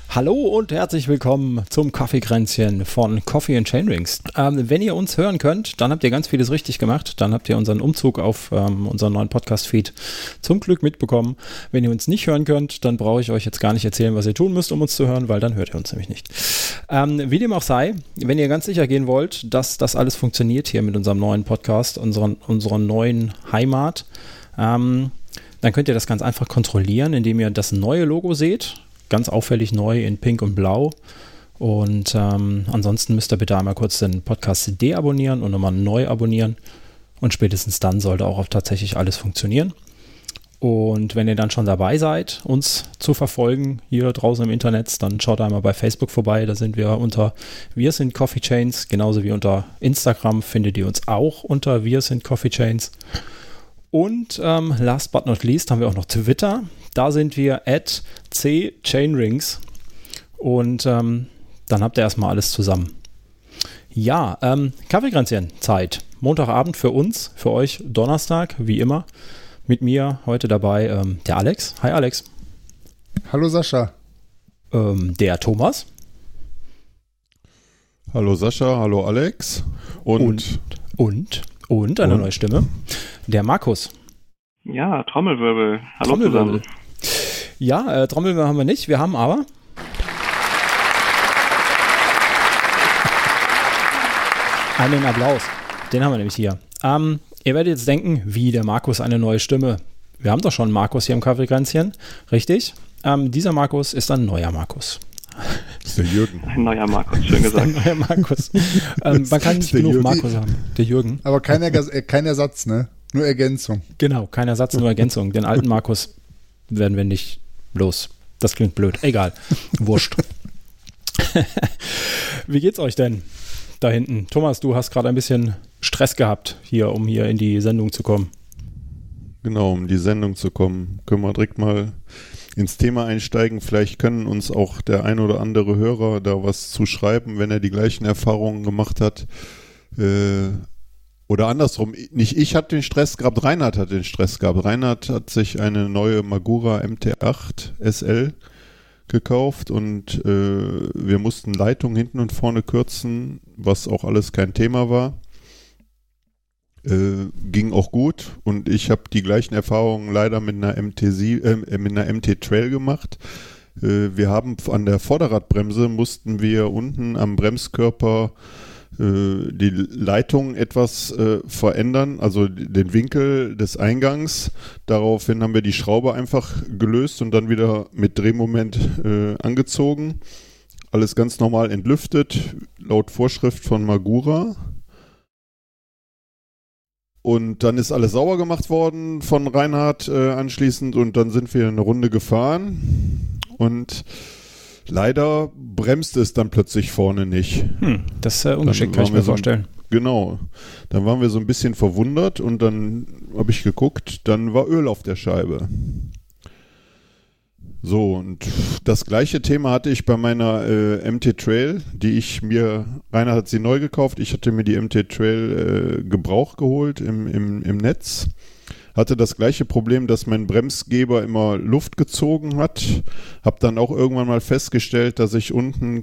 Hallo und herzlich willkommen zum Kaffeekränzchen von Coffee and Chainrings. Wenn ihr uns hören könnt, dann habt ihr ganz vieles richtig gemacht. Dann habt ihr unseren Umzug auf unseren neuen Podcast-Feed zum Glück mitbekommen. Wenn ihr uns nicht hören könnt, dann brauche ich euch jetzt gar nicht erzählen, was ihr tun müsst, um uns zu hören, weil dann hört ihr uns nämlich nicht. Wie dem auch sei, wenn ihr ganz sicher gehen wollt, dass das alles funktioniert hier mit unserem neuen Podcast, unserer neuen Heimat, dann könnt ihr das ganz einfach kontrollieren, indem ihr das neue Logo seht. Ganz auffällig neu in Pink und Blau. Und ansonsten müsst ihr bitte einmal kurz den Podcast deabonnieren und nochmal neu abonnieren. Und spätestens dann sollte auch tatsächlich alles funktionieren. Und wenn ihr dann schon dabei seid, uns zu verfolgen hier draußen im Internet, dann schaut einmal bei Facebook vorbei. Da sind wir unter Wir sind Coffee Chains. Genauso wie unter Instagram findet ihr uns auch unter Wir sind Coffee Chains. Und last but not least haben wir auch noch Twitter. Da sind wir @cchainrings. Und dann habt ihr erstmal alles zusammen. Ja, Kaffeekränzchen Zeit. Montagabend für uns, für euch Donnerstag, wie immer. Mit mir heute dabei der Alex. Hi Alex. Hallo Sascha. Der Thomas. Hallo Sascha, hallo Alex. Und eine neue Stimme. Der Markus. Ja, Trommelwirbel. Hallo zusammen. Ja, Trommelwirbel haben wir nicht. Wir haben aber einen Applaus. Den haben wir nämlich hier. Ihr werdet jetzt denken, wie der Markus eine neue Stimme. Wir haben doch schon einen Markus hier im Kaffeekränzchen. Richtig. Dieser Markus ist ein neuer Markus. Das ist der Jürgen. Ein neuer Markus, schön gesagt. Ein neuer Markus. Man kann nicht genug Markus haben. Der Jürgen. Aber kein Ersatz, ne? Nur Ergänzung. Genau, kein Ersatz, nur Ergänzung. Den alten Markus werden wir nicht los. Das klingt blöd. Egal. Wurscht. Wie geht's euch denn da hinten? Thomas, du hast gerade ein bisschen Stress gehabt, um hier in die Sendung zu kommen. Genau, um die Sendung zu kommen. Können wir direkt mal ins Thema einsteigen. Vielleicht können uns auch der ein oder andere Hörer da was zu schreiben, wenn er die gleichen Erfahrungen gemacht hat. Oder andersrum, nicht ich hatte den Stress gehabt, Reinhard hat den Stress gehabt. Reinhard hat sich eine neue Magura MT8 SL gekauft und wir mussten Leitungen hinten und vorne kürzen, was auch alles kein Thema war. Ging auch gut und ich habe die gleichen Erfahrungen leider mit einer MT Trail gemacht. Wir haben an der Vorderradbremse mussten wir unten am Bremskörper die Leitung etwas verändern, also den Winkel des Eingangs. Daraufhin haben wir die Schraube einfach gelöst und dann wieder mit Drehmoment angezogen. Alles ganz normal entlüftet, laut Vorschrift von Magura. Und dann ist alles sauber gemacht worden von Reinhard anschließend und dann sind wir eine Runde gefahren und leider bremst es dann plötzlich vorne nicht. Das ist ungeschickt, kann ich mir vorstellen. Genau. Dann waren wir so ein bisschen verwundert und dann habe ich geguckt, dann war Öl auf der Scheibe. So, und das gleiche Thema hatte ich bei meiner MT Trail, Rainer hat sie neu gekauft, ich hatte mir die MT Trail Gebrauch geholt im Netz. Hatte das gleiche Problem, dass mein Bremsgeber immer Luft gezogen hat. Hab dann auch irgendwann mal festgestellt, dass ich unten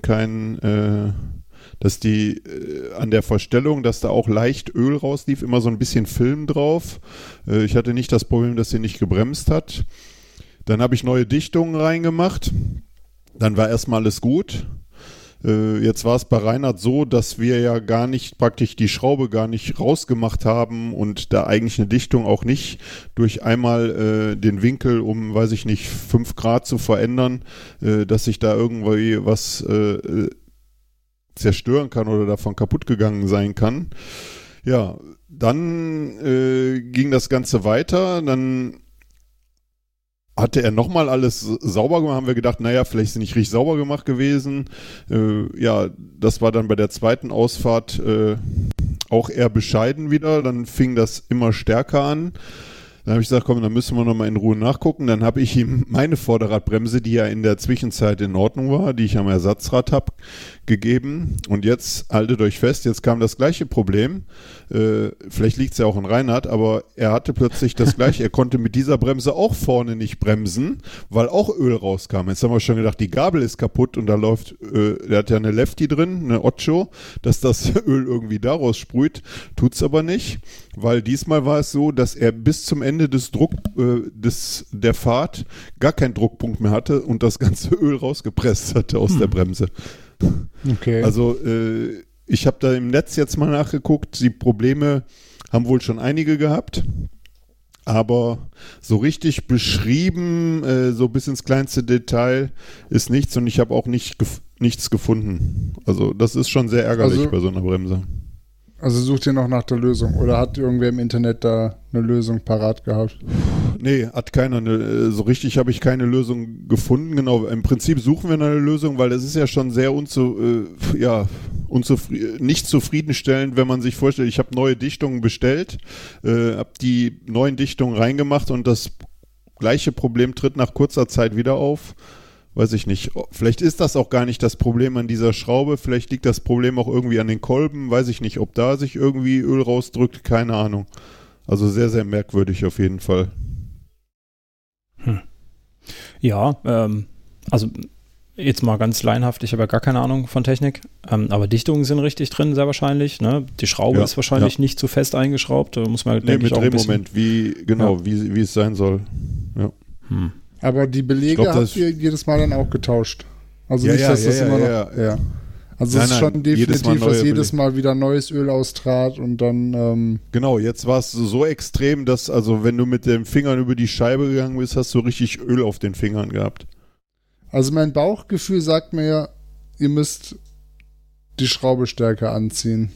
an der Verstellung, dass da auch leicht Öl rauslief, immer so ein bisschen Film drauf. Ich hatte nicht das Problem, dass sie nicht gebremst hat. Dann habe ich neue Dichtungen reingemacht. Dann war erstmal alles gut. Jetzt war es bei Reinhard so, dass wir ja praktisch die Schraube gar nicht rausgemacht haben und da eigentlich eine Dichtung auch nicht durch einmal den Winkel um, 5 Grad zu verändern, dass sich da irgendwie was zerstören kann oder davon kaputt gegangen sein kann. Ja, dann ging das Ganze weiter, dann hatte er nochmal alles sauber gemacht, haben wir gedacht, naja, vielleicht ist es nicht richtig sauber gemacht gewesen. Ja, das war dann bei der zweiten Ausfahrt auch eher bescheiden wieder. Dann fing das immer stärker an. Dann habe ich gesagt, komm, dann müssen wir nochmal in Ruhe nachgucken. Dann habe ich ihm meine Vorderradbremse, die ja in der Zwischenzeit in Ordnung war, die ich am Ersatzrad habe, gegeben. Und jetzt, haltet euch fest, jetzt kam das gleiche Problem. Vielleicht liegt es ja auch an Reinhard, aber er hatte plötzlich das gleiche. Er konnte mit dieser Bremse auch vorne nicht bremsen, weil auch Öl rauskam. Jetzt haben wir schon gedacht, die Gabel ist kaputt und da läuft, der hat ja eine Lefty drin, eine Ocho, dass das Öl irgendwie daraus sprüht. Tut's aber nicht, weil diesmal war es so, dass er bis zum Ende der Fahrt gar keinen Druckpunkt mehr hatte und das ganze Öl rausgepresst hatte aus der Bremse. Okay. Also ich habe da im Netz jetzt mal nachgeguckt, die Probleme haben wohl schon einige gehabt, aber so richtig beschrieben, so bis ins kleinste Detail ist nichts und ich habe auch nichts gefunden. Also das ist schon sehr ärgerlich bei so einer Bremse. Also sucht ihr noch nach der Lösung oder hat irgendwer im Internet da eine Lösung parat gehabt? Nee, hat keiner. So richtig habe ich keine Lösung gefunden. Genau, im Prinzip suchen wir eine Lösung, weil das ist ja schon sehr nicht zufriedenstellend, wenn man sich vorstellt, ich habe neue Dichtungen bestellt, habe die neuen Dichtungen reingemacht und das gleiche Problem tritt nach kurzer Zeit wieder auf. Weiß ich nicht. Vielleicht ist das auch gar nicht das Problem an dieser Schraube. Vielleicht liegt das Problem auch irgendwie an den Kolben. Weiß ich nicht, ob da sich irgendwie Öl rausdrückt. Keine Ahnung. Also sehr, sehr merkwürdig auf jeden Fall. Ja, also jetzt mal ganz laienhaft, ich habe ja gar keine Ahnung von Technik, aber Dichtungen sind richtig drin, sehr wahrscheinlich. Ne? Die Schraube ist wahrscheinlich nicht zu fest eingeschraubt. Da muss man, denke ich, auch ein bisschen... wie es sein soll. Ja. Aber die Belege habt ihr jedes Mal dann auch getauscht. Also nicht, dass das immer noch... Ja. Also es ist schon definitiv, dass jedes Mal wieder neues Öl austrat und dann... Genau, jetzt war es so extrem, dass, also wenn du mit den Fingern über die Scheibe gegangen bist, hast du richtig Öl auf den Fingern gehabt. Also mein Bauchgefühl sagt mir, ihr müsst die Schraube stärker anziehen.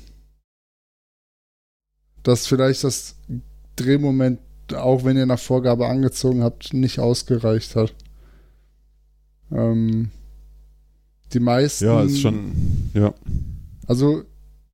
Dass vielleicht das Drehmoment, auch wenn ihr nach Vorgabe angezogen habt, nicht ausgereicht hat. Die meisten... Ja, ist schon... Ja. Also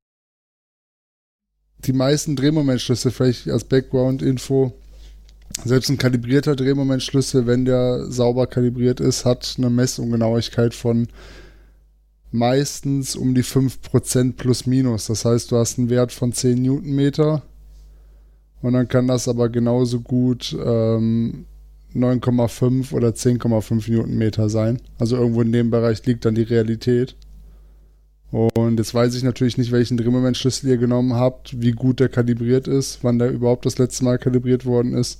die meisten Drehmomentschlüssel, vielleicht als Background-Info, selbst ein kalibrierter Drehmomentschlüssel, wenn der sauber kalibriert ist, hat eine Messungenauigkeit von meistens um die 5% plus minus. Das heißt, du hast einen Wert von 10 Newtonmeter und dann kann das aber genauso gut 9,5 oder 10,5 Newtonmeter sein. Also irgendwo in dem Bereich liegt dann die Realität. Und jetzt weiß ich natürlich nicht, welchen Drehmomentschlüssel ihr genommen habt, wie gut der kalibriert ist, wann der überhaupt das letzte Mal kalibriert worden ist.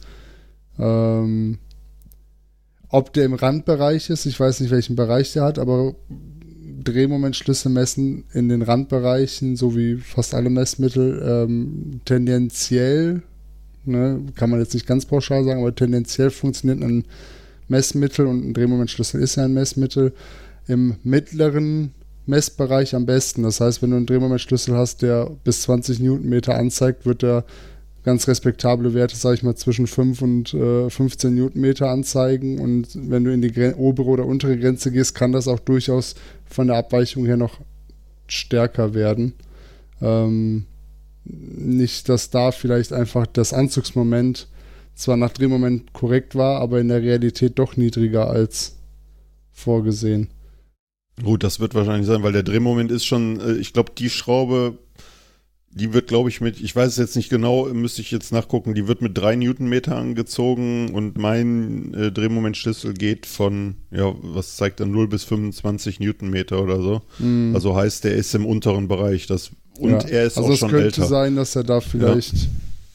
Ob der im Randbereich ist, ich weiß nicht, welchen Bereich der hat, aber Drehmomentschlüssel messen in den Randbereichen, so wie fast alle Messmittel, tendenziell, ne, kann man jetzt nicht ganz pauschal sagen, aber tendenziell funktioniert ein Messmittel und ein Drehmomentschlüssel ist ja ein Messmittel im mittleren Messbereich am besten. Das heißt, wenn du einen Drehmomentschlüssel hast, der bis 20 Newtonmeter anzeigt, wird der ganz respektable Werte, sage ich mal, zwischen 5 und 15 Newtonmeter anzeigen. Und wenn du in die obere oder untere Grenze gehst, kann das auch durchaus von der Abweichung her noch stärker werden. Nicht, dass da vielleicht einfach das Anzugsmoment zwar nach Drehmoment korrekt war, aber in der Realität doch niedriger als vorgesehen. Gut, das wird wahrscheinlich sein, weil der Drehmoment ist schon, ich glaube, die Schraube, die wird, glaube ich, ich weiß es jetzt nicht genau, müsste ich jetzt nachgucken, die wird mit 3 Newtonmeter angezogen und mein Drehmomentschlüssel geht von, ja, was zeigt er, 0 bis 25 Newtonmeter oder so. Also heißt, der ist im unteren Bereich. Er ist auch schon älter. Also es könnte sein, dass er da vielleicht...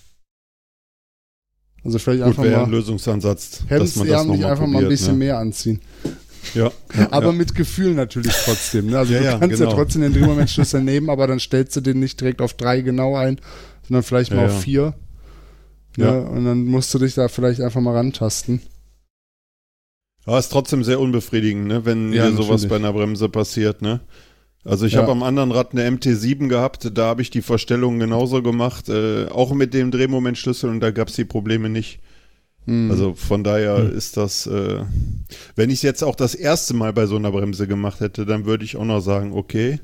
Also vielleicht einfach wäre mal... ein Lösungsansatz, dass man das nochmal einfach mal ein bisschen mehr anziehen. Ja, aber mit Gefühl natürlich trotzdem. Ne? Also du kannst ja trotzdem den Drehmomentschlüssel nehmen, aber dann stellst du den nicht direkt auf 3 genau ein, sondern vielleicht mal auf 4. Ne? Ja. Und dann musst du dich da vielleicht einfach mal rantasten. Aber ist trotzdem sehr unbefriedigend, ne? Wenn dir sowas bei einer Bremse passiert. Ne? Also ich habe am anderen Rad eine MT7 gehabt, da habe ich die Verstellung genauso gemacht, auch mit dem Drehmomentschlüssel und da gab es die Probleme nicht. Also von daher ist das, wenn ich es jetzt auch das erste Mal bei so einer Bremse gemacht hätte, dann würde ich auch noch sagen, okay,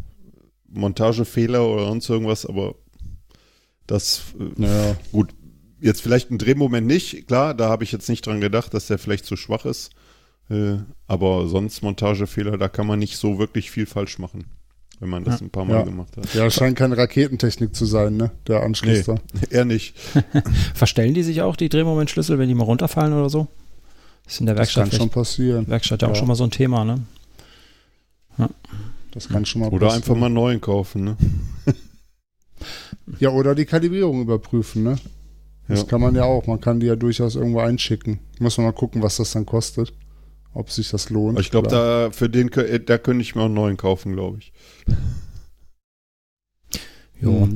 Montagefehler oder sonst irgendwas, aber das, gut, jetzt vielleicht ein Drehmoment nicht, klar, da habe ich jetzt nicht dran gedacht, dass der vielleicht zu schwach ist. Aber sonst Montagefehler, da kann man nicht so wirklich viel falsch machen, wenn man das ein paar Mal gemacht hat. Ja, scheint keine Raketentechnik zu sein, ne? Der Anschluss da. Eher nicht. Verstellen die sich auch, die Drehmomentschlüssel, wenn die mal runterfallen oder so? Das ist in der Werkstatt, das kann schon passieren. Werkstatt ja auch schon mal so ein Thema, ne? Ja. Das kann schon mal Oder passieren. einfach mal einen neuen kaufen, ne? Ja, oder die Kalibrierung überprüfen, ne? Das kann man ja auch. Man kann die ja durchaus irgendwo einschicken. Muss man mal gucken, was das dann kostet. Ob sich das lohnt. Aber ich glaube, da könnte ich mir auch einen neuen kaufen, glaube ich. Jo.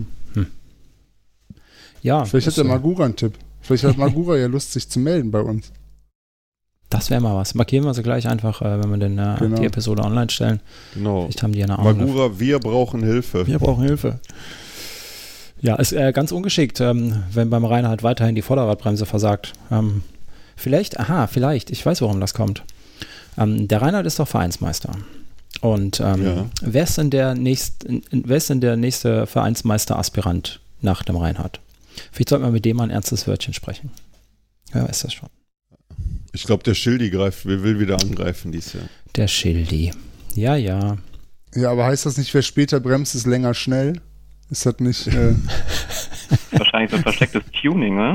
Ja. Vielleicht hat der Magura einen Tipp. Vielleicht hat Magura ja Lust, sich zu melden bei uns. Das wäre mal was. Markieren wir sie gleich einfach, wenn wir die Episode online stellen. Genau. Vielleicht haben die eine Ahnung. Magura, wir brauchen Hilfe. Wir brauchen Hilfe. Ja, ist ganz ungeschickt, wenn beim Reinhard weiterhin die Vorderradbremse versagt. Vielleicht, ich weiß, warum das kommt. Der Reinhard ist doch Vereinsmeister. Und wer ist denn der nächste Vereinsmeister-Aspirant nach dem Reinhard? Vielleicht sollten wir mit dem mal ein ernstes Wörtchen sprechen. Wer weiß das schon? Ich glaube, der Schildi will wieder angreifen dieses Jahr. Der Schildi. Ja. Ja, aber heißt das nicht, wer später bremst, ist länger schnell? Ist das nicht... Wahrscheinlich so ein verstecktes Tuning, ne?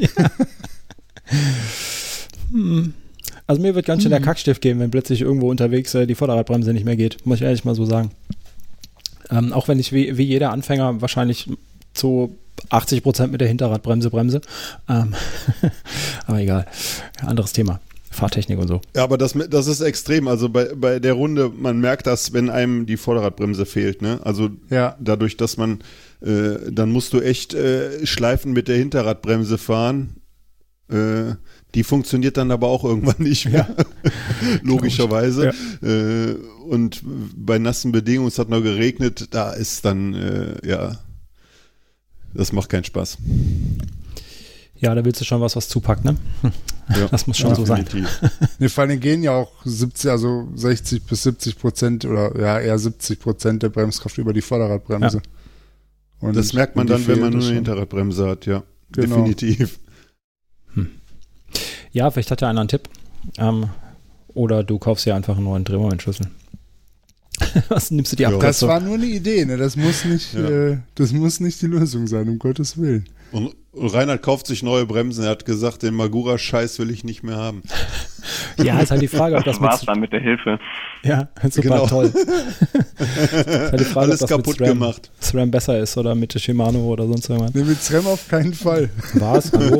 Also mir wird ganz schön der Kackstift geben, wenn plötzlich irgendwo unterwegs die Vorderradbremse nicht mehr geht. Muss ich ehrlich mal so sagen. Auch wenn ich wie jeder Anfänger wahrscheinlich zu 80% mit der Hinterradbremse bremse. Aber egal. Anderes Thema. Fahrtechnik und so. Ja, aber das ist extrem. Also bei der Runde, man merkt das, wenn einem die Vorderradbremse fehlt. Ne? Also dadurch, dass man, dann musst du echt Schleifen mit der Hinterradbremse fahren. Die funktioniert dann aber auch irgendwann nicht mehr. Logischerweise. Ja. Und bei nassen Bedingungen, es hat noch geregnet, da ist dann, das macht keinen Spaß. Ja, da willst du schon was zupackt, ne? Ja, das muss schon so definitiv sein. Nee, vor allem gehen ja auch 60 bis 70% oder eher 70% der Bremskraft über die Vorderradbremse. Ja. Und das merkt man dann, wenn man nur eine Hinterradbremse hat, ja. Genau. Definitiv. Ja, vielleicht hat ja einer einen Tipp. Oder du kaufst ja einfach einen neuen Drehmomentschlüssel. Was nimmst du die Abkürzung? Das war nur eine Idee, ne? Das muss nicht die Lösung sein, um Gottes Willen. Und Reinhard kauft sich neue Bremsen. Er hat gesagt, den Magura-Scheiß will ich nicht mehr haben. Ja, ist halt die Frage, ob das war's dann mit der Hilfe. Ja, super, toll. Ist halt die Frage, alles ob das kaputt mit gemacht. SRAM besser ist oder mit Shimano oder sonst irgendwas. Nee, mit SRAM auf keinen Fall. Was? Hallo?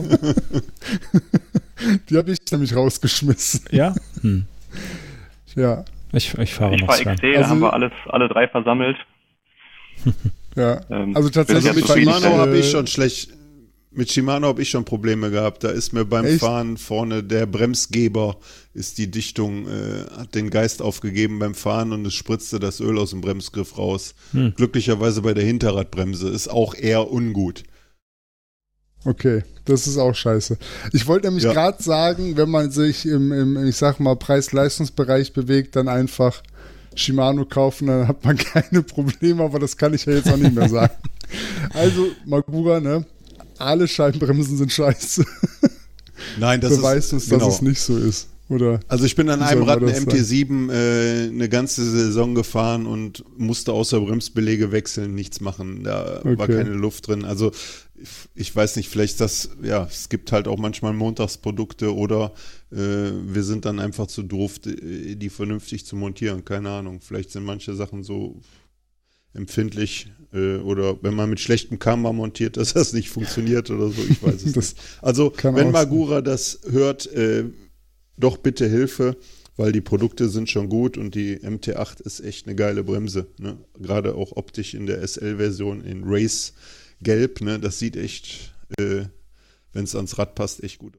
Die habe ich nämlich rausgeschmissen. Ja? Ja. Ich fahre noch SRAM. XT, da haben wir alle drei versammelt. Ja, also tatsächlich mit Shimano habe ich schon mit Shimano habe ich schon Probleme gehabt. Da ist mir beim Fahren vorne der Bremsgeber, ist die Dichtung, hat den Geist aufgegeben beim Fahren und es spritzte das Öl aus dem Bremsgriff raus. Glücklicherweise bei der Hinterradbremse, ist auch eher ungut. Okay, das ist auch scheiße. Ich wollte nämlich gerade sagen, wenn man sich im ich sag mal, Preis-Leistungsbereich bewegt, dann einfach Shimano kaufen, dann hat man keine Probleme, aber das kann ich ja jetzt auch nicht mehr sagen. Also, Magura, ne? Alle Scheibenbremsen sind scheiße. Nein, das beweist uns, dass es nicht so ist. Oder also ich bin an einem Rad, eine MT7, eine ganze Saison gefahren und musste außer Bremsbeläge wechseln, nichts machen. Da war keine Luft drin. Also ich weiß nicht, vielleicht es gibt halt auch manchmal Montagsprodukte oder wir sind dann einfach zu doof, die vernünftig zu montieren. Keine Ahnung, vielleicht sind manche Sachen so empfindlich oder wenn man mit schlechtem Karma montiert, dass das nicht funktioniert oder so, ich weiß es nicht. Also wenn Magura das hört, doch bitte Hilfe, weil die Produkte sind schon gut und die MT8 ist echt eine geile Bremse. Ne? Gerade auch optisch in der SL-Version in Race Gelb, ne? Das sieht echt, wenn es ans Rad passt, echt gut.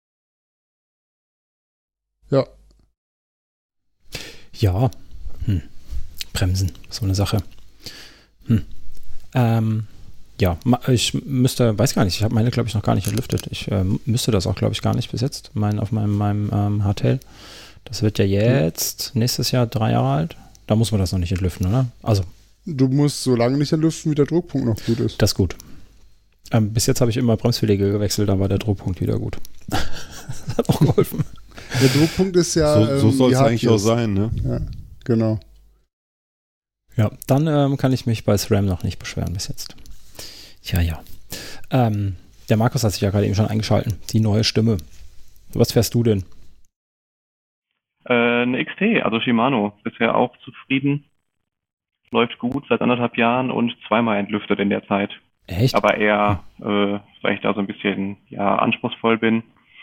Ja. Ja. Bremsen, so eine Sache. Ja, ich müsste, weiß gar nicht, ich habe meine, glaube ich, noch gar nicht entlüftet. Ich müsste das auch, glaube ich, gar nicht bis jetzt, auf meinem Hardtail. Das wird ja jetzt nächstes Jahr 3 Jahre alt. Da muss man das noch nicht entlüften, oder? Also. Du musst so lange nicht entlüften, wie der Druckpunkt noch gut ist. Das ist gut. Bis jetzt habe ich immer Bremspflege gewechselt, dann war der Druckpunkt wieder gut. Das hat auch geholfen. Der Druckpunkt ist ja. So soll es eigentlich auch sein, ne? Ja, genau. Ja, dann kann ich mich bei SRAM noch nicht beschweren bis jetzt. Ja. Der Markus hat sich ja gerade eben schon eingeschalten. Die neue Stimme. Was fährst du denn? Eine XT, also Shimano. Bisher auch zufrieden. Läuft gut seit 1,5 Jahren und zweimal entlüftet in der Zeit. Echt? Aber eher, weil ich da so ein bisschen anspruchsvoll bin.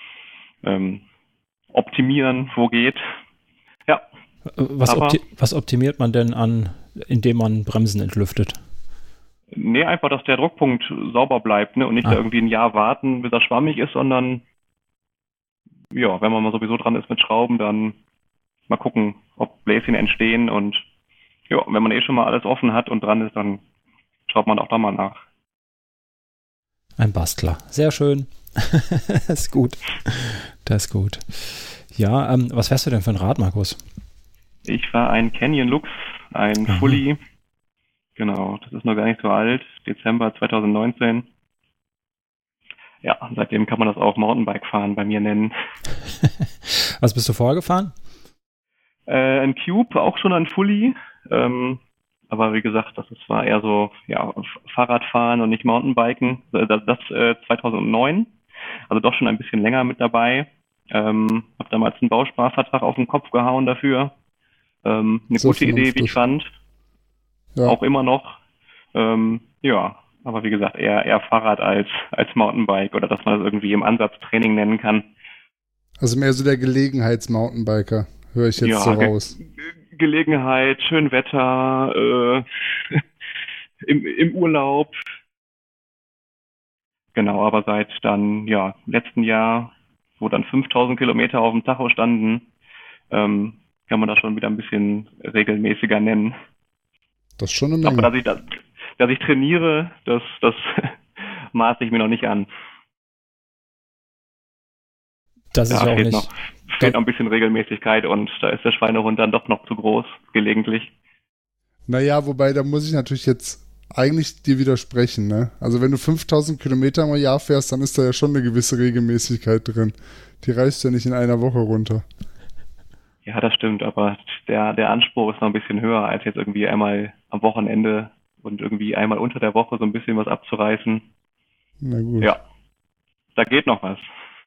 Optimieren, wo geht. Ja. Was optimiert man denn an, indem man Bremsen entlüftet? Nee, einfach, dass der Druckpunkt sauber bleibt, ne? Und nicht da irgendwie ein Jahr warten, bis er schwammig ist, sondern ja, wenn man mal sowieso dran ist mit Schrauben, dann mal gucken, ob Bläschen entstehen und ja, wenn man schon mal alles offen hat und dran ist, dann schaut man auch da mal nach. Ein Bastler. Sehr schön. Das ist gut. Das ist gut. Ja, was fährst du denn für ein Rad, Markus? Ich fahre ein Canyon Lux, ein Fully. Genau, das ist noch gar nicht so alt. Dezember 2019. Ja, seitdem kann man das auch Mountainbike fahren bei mir nennen. Was bist du vorher gefahren? Ein Cube, auch schon ein Fully. Aber wie gesagt, das war eher so Fahrradfahren und nicht Mountainbiken. Das 2009, also doch schon ein bisschen länger mit dabei. Habe damals einen Bausparvertrag auf den Kopf gehauen dafür. Eine so gute Idee, wie ich fand. Ja. Auch immer noch. Aber wie gesagt, eher Fahrrad als Mountainbike oder dass man das irgendwie im Ansatz Training nennen kann. Also mehr so der Gelegenheits-Mountainbiker, höre ich jetzt so raus. Gelegenheit, schön Wetter, im Urlaub. Genau, aber seit dann, letzten Jahr, wo dann 5000 Kilometer auf dem Tacho standen, kann man das schon wieder ein bisschen regelmäßiger nennen. Das ist schon eine Menge. Aber dass ich trainiere, das maße ich mir noch nicht an. Das ist ja auch nicht. Fehlt noch ein bisschen Regelmäßigkeit und da ist der Schweinehund dann doch noch zu groß, gelegentlich. Naja, wobei, da muss ich natürlich jetzt eigentlich dir widersprechen, ne? Also wenn du 5000 Kilometer im Jahr fährst, dann ist da ja schon eine gewisse Regelmäßigkeit drin. Die reißt ja nicht in einer Woche runter. Ja, das stimmt, aber der Anspruch ist noch ein bisschen höher, als jetzt irgendwie einmal am Wochenende und irgendwie einmal unter der Woche so ein bisschen was abzureißen. Na gut. Ja, da geht noch was.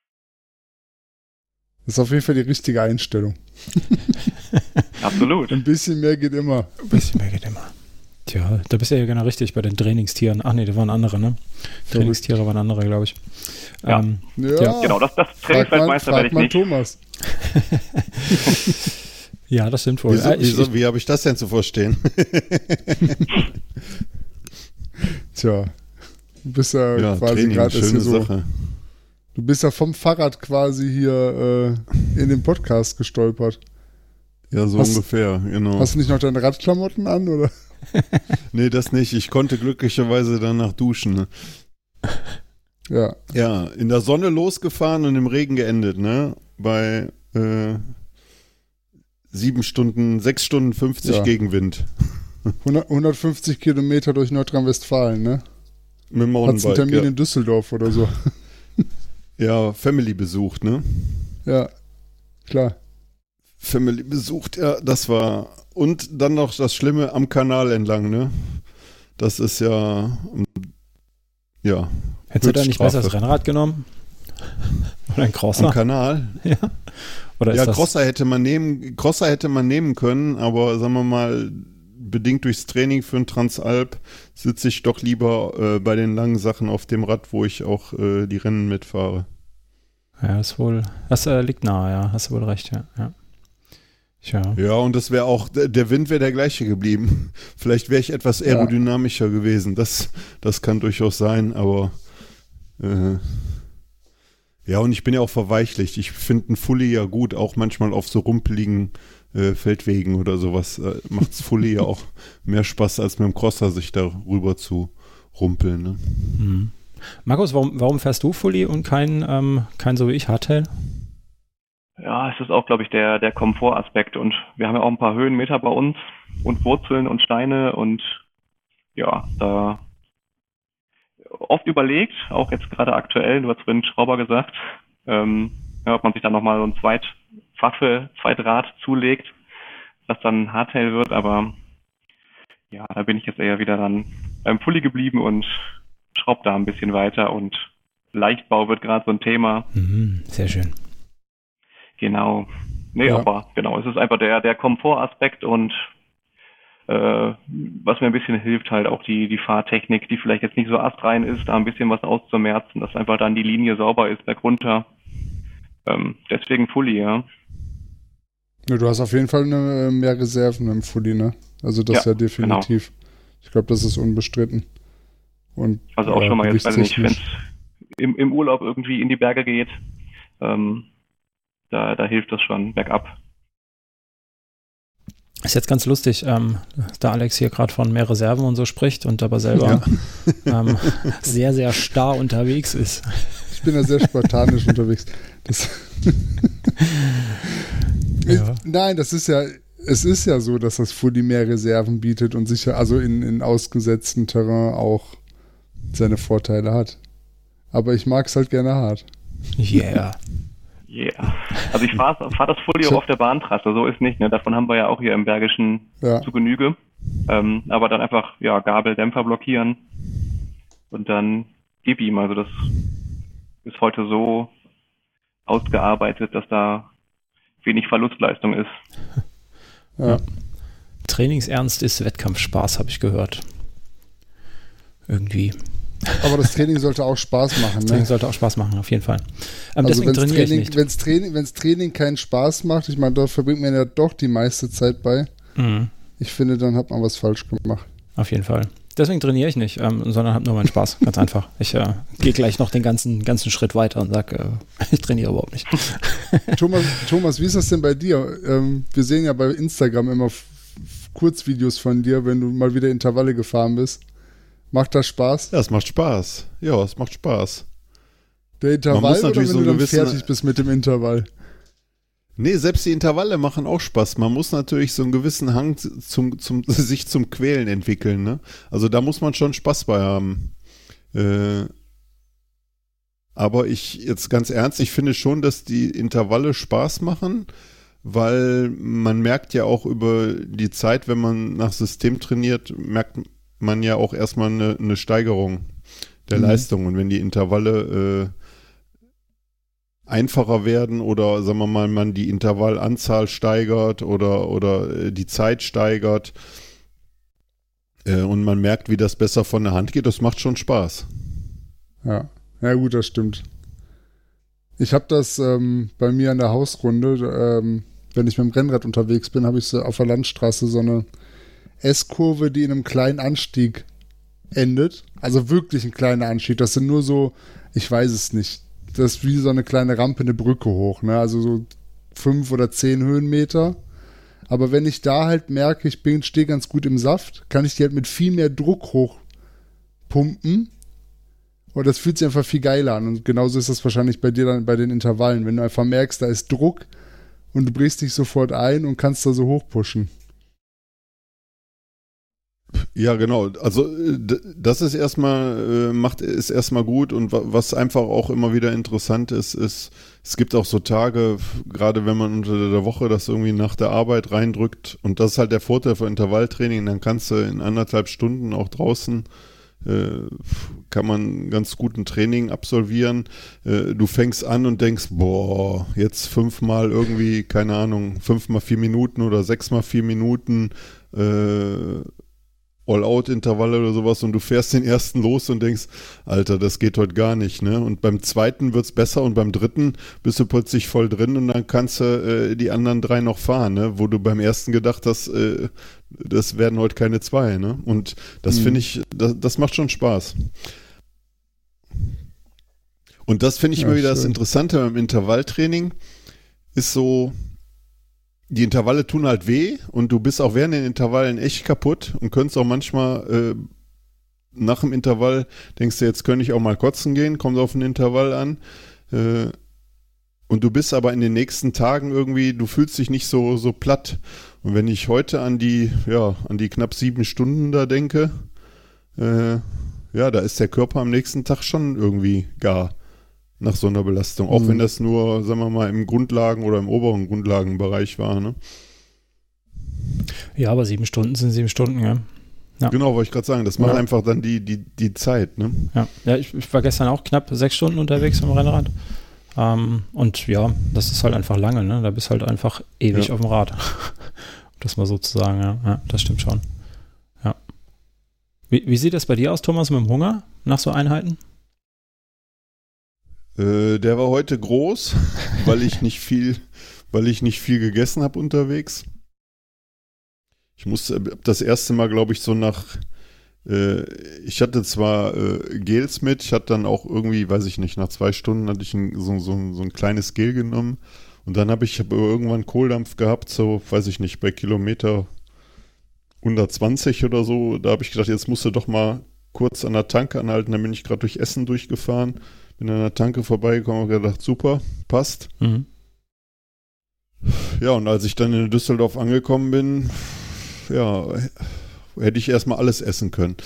Das ist auf jeden Fall die richtige Einstellung. Absolut. Ein bisschen mehr geht immer. Ein bisschen mehr geht immer. Tja, da bist du ja genau richtig bei den Trainingstieren. Ach nee, das waren andere, ne? Trainingstiere waren andere, glaube ich. Ja. Genau, das Trainingsweltmeister werde ich nicht. Thomas. Ja, das stimmt wohl. Wie habe ich das denn zu verstehen? Tja, du bist ja quasi gerade so. Sache. Du bist ja vom Fahrrad quasi hier in den Podcast gestolpert. Ja, so ungefähr, genau. Hast du nicht noch deine Radklamotten an, oder? Nee, das nicht. Ich konnte glücklicherweise danach duschen. Ne? Ja. Ja, in der Sonne losgefahren und im Regen geendet, ne? Bei 6 Stunden 50 Gegenwind. 150 Kilometer durch Nordrhein-Westfalen, ne? Mit dem Mountainbike. Hat's einen Termin in Düsseldorf oder so. Ja, Family besucht, ne? Ja, klar. Family besucht, ja, das war. Und dann noch das Schlimme am Kanal entlang, ne? Das ist ja. Hättest du da nicht besser das Rennrad genommen? Oder ein Crosser? Am Kanal? Ja. Oder ist das Crosser hätte man nehmen können, aber sagen wir mal, bedingt durchs Training für ein Transalp sitze ich doch lieber bei den langen Sachen auf dem Rad, wo ich auch die Rennen mitfahre. Ja, das liegt nahe, ja, hast du wohl recht, ja. Ja, und das wäre auch, der Wind wäre der gleiche geblieben. Vielleicht wäre ich etwas aerodynamischer gewesen, das kann durchaus sein, aber und ich bin ja auch verweichlicht. Ich finde einen Fully ja gut, auch manchmal auf so rumpeligen Feldwegen oder sowas macht's Fully ja auch mehr Spaß, als mit dem Crosser sich da rüber zu rumpeln. Ne? Mhm. Markus, warum fährst du Fully und kein so wie ich Hardtail? Ja, es ist auch, glaube ich, der Komfortaspekt und wir haben ja auch ein paar Höhenmeter bei uns und Wurzeln und Steine und ja, oft überlegt, auch jetzt gerade aktuell, du hast vorhin Schrauber gesagt, ob man sich dann nochmal so ein Zweitrad zulegt, was dann Hardtail wird, aber ja, da bin ich jetzt eher wieder dann beim Fully geblieben und schraube da ein bisschen weiter und Leichtbau wird gerade so ein Thema. Sehr schön. Genau. Nee, Ja. aber genau, es ist einfach der Komfortaspekt und was mir ein bisschen hilft, halt auch die Fahrtechnik, die vielleicht jetzt nicht so astrein ist, da ein bisschen was auszumerzen, dass einfach dann die Linie sauber ist, bergunter. Deswegen Fully, ja. Ja, du hast auf jeden Fall mehr Reserven im Fully, ne? Also das ja definitiv. Genau. Ich glaube, das ist unbestritten. Und, also auch schon mal jetzt, weiß nicht, wenn es im Urlaub irgendwie in die Berge geht, da hilft das schon bergab. Ist jetzt ganz lustig, da Alex hier gerade von mehr Reserven und so spricht und aber selber sehr, sehr starr unterwegs ist. Ich bin da sehr spartanisch unterwegs. Nein, es ist ja so, dass das Fully mehr Reserven bietet und sicher, also in ausgesetztem Terrain auch seine Vorteile hat. Aber ich mag es halt gerne hart. Yeah. Also ich fahr das Fully auch auf der Bahntrasse, so ist nicht, ne? Davon haben wir ja auch hier im Bergischen zu Genüge. Aber dann einfach, Gabel, Dämpfer blockieren und dann gib ihm. Also das ist heute so ausgearbeitet, dass da wenig Verlustleistung ist. Ja. Trainingsernst ist Wettkampfspaß, habe ich gehört. Irgendwie. Aber das Training sollte auch Spaß machen. Das Training sollte auch Spaß machen, auf jeden Fall. Deswegen trainiere ich nicht. Wenn's Training keinen Spaß macht, ich meine, da verbringt man ja doch die meiste Zeit bei. Ich finde, dann hat man was falsch gemacht. Auf jeden Fall. Deswegen trainiere ich nicht, sondern habe nur meinen Spaß. Ganz einfach. Ich gehe gleich noch den ganzen Schritt weiter und sage, ich trainiere überhaupt nicht. Thomas, wie ist das denn bei dir? Wir sehen ja bei Instagram immer Kurzvideos von dir, wenn du mal wieder Intervalle gefahren bist. Macht das Spaß? Ja, es macht Spaß. Ja, es macht Spaß. Der Intervall oder wenn du dann fertig bist mit dem Intervall? Nee, selbst die Intervalle machen auch Spaß. Man muss natürlich so einen gewissen Hang sich zum Quälen entwickeln, ne? Also da muss man schon Spaß bei haben. Aber jetzt ganz ernst, ich finde schon, dass die Intervalle Spaß machen, weil man merkt ja auch über die Zeit, wenn man nach System trainiert, merkt man ja auch erstmal eine Steigerung der Leistung. Und wenn die Intervalle einfacher werden oder sagen wir mal, man die Intervallanzahl steigert oder die Zeit steigert und man merkt, wie das besser von der Hand geht, das macht schon Spaß. Ja gut, das stimmt. Ich habe das bei mir an der Hausrunde, wenn ich mit dem Rennrad unterwegs bin, habe ich so auf der Landstraße so eine S-Kurve, die in einem kleinen Anstieg endet. Also wirklich ein kleiner Anstieg. Das sind nur so, ich weiß es nicht, das ist wie so eine kleine Rampe, eine Brücke hoch, ne? Also so 5 oder 10 Höhenmeter. Aber wenn ich da halt merke, ich stehe ganz gut im Saft, kann ich die halt mit viel mehr Druck hochpumpen. Und das fühlt sich einfach viel geiler an. Und genauso ist das wahrscheinlich bei dir dann bei den Intervallen. Wenn du einfach merkst, da ist Druck und du brichst dich sofort ein und kannst da so hochpushen. Ja, genau. Also das ist erstmal, ist erstmal gut und was einfach auch immer wieder interessant ist, es gibt auch so Tage, gerade wenn man unter der Woche das irgendwie nach der Arbeit reindrückt und das ist halt der Vorteil von Intervalltraining, dann kannst du in 1,5 Stunden auch draußen kann man ganz guten Training absolvieren. Du fängst an und denkst, boah, jetzt 5-mal irgendwie, keine Ahnung, 5 mal 4 Minuten oder 6 mal 4 Minuten All-Out-Intervalle oder sowas und du fährst den ersten los und denkst, Alter, das geht heute gar nicht, ne? Und beim zweiten wird's besser und beim dritten bist du plötzlich voll drin und dann kannst du die anderen 3 noch fahren, ne? Wo du beim ersten gedacht hast, das werden heute keine 2, ne? Und das finde ich, das macht schon Spaß. Und das finde ich immer wieder das Interessante beim Intervalltraining, ist so, die Intervalle tun halt weh und du bist auch während den Intervallen echt kaputt und könntest auch manchmal nach dem Intervall, denkst du, jetzt könnte ich auch mal kotzen gehen, kommt auf den Intervall an und du bist aber in den nächsten Tagen irgendwie, du fühlst dich nicht so platt. Und wenn ich heute an die knapp 7 Stunden da denke, ja, da ist der Körper am nächsten Tag schon irgendwie gar nach so einer Belastung. Auch wenn das nur, sagen wir mal, im Grundlagen- oder im oberen Grundlagenbereich war, ne? Ja, aber 7 Stunden sind 7 Stunden, ja. Ja. Genau, wollte ich gerade sagen. Das macht einfach dann die Zeit, ne? Ja, ich war gestern auch knapp 6 Stunden unterwegs am Rennrad. Und ja, das ist halt einfach lange, ne? Da bist halt einfach ewig auf dem Rad. Um das mal so zu sagen, ja, das stimmt schon. Ja. Wie sieht das bei dir aus, Thomas, mit dem Hunger nach so Einheiten? Der war heute groß, weil ich nicht viel gegessen habe unterwegs. Ich musste das erste Mal, glaube ich, so ich hatte zwar Gels mit, ich hatte dann auch irgendwie, weiß ich nicht, nach 2 Stunden hatte ich so ein kleines Gel genommen und dann habe ich irgendwann Kohldampf gehabt, so, weiß ich nicht, bei Kilometer 120 oder so, da habe ich gedacht, jetzt musst du doch mal kurz an der Tanke anhalten, dann bin ich gerade durch Essen durchgefahren, bin an der Tanke vorbeigekommen und gedacht, super, passt. Mhm. Ja, und als ich dann in Düsseldorf angekommen bin, ja, hätte ich erstmal alles essen können.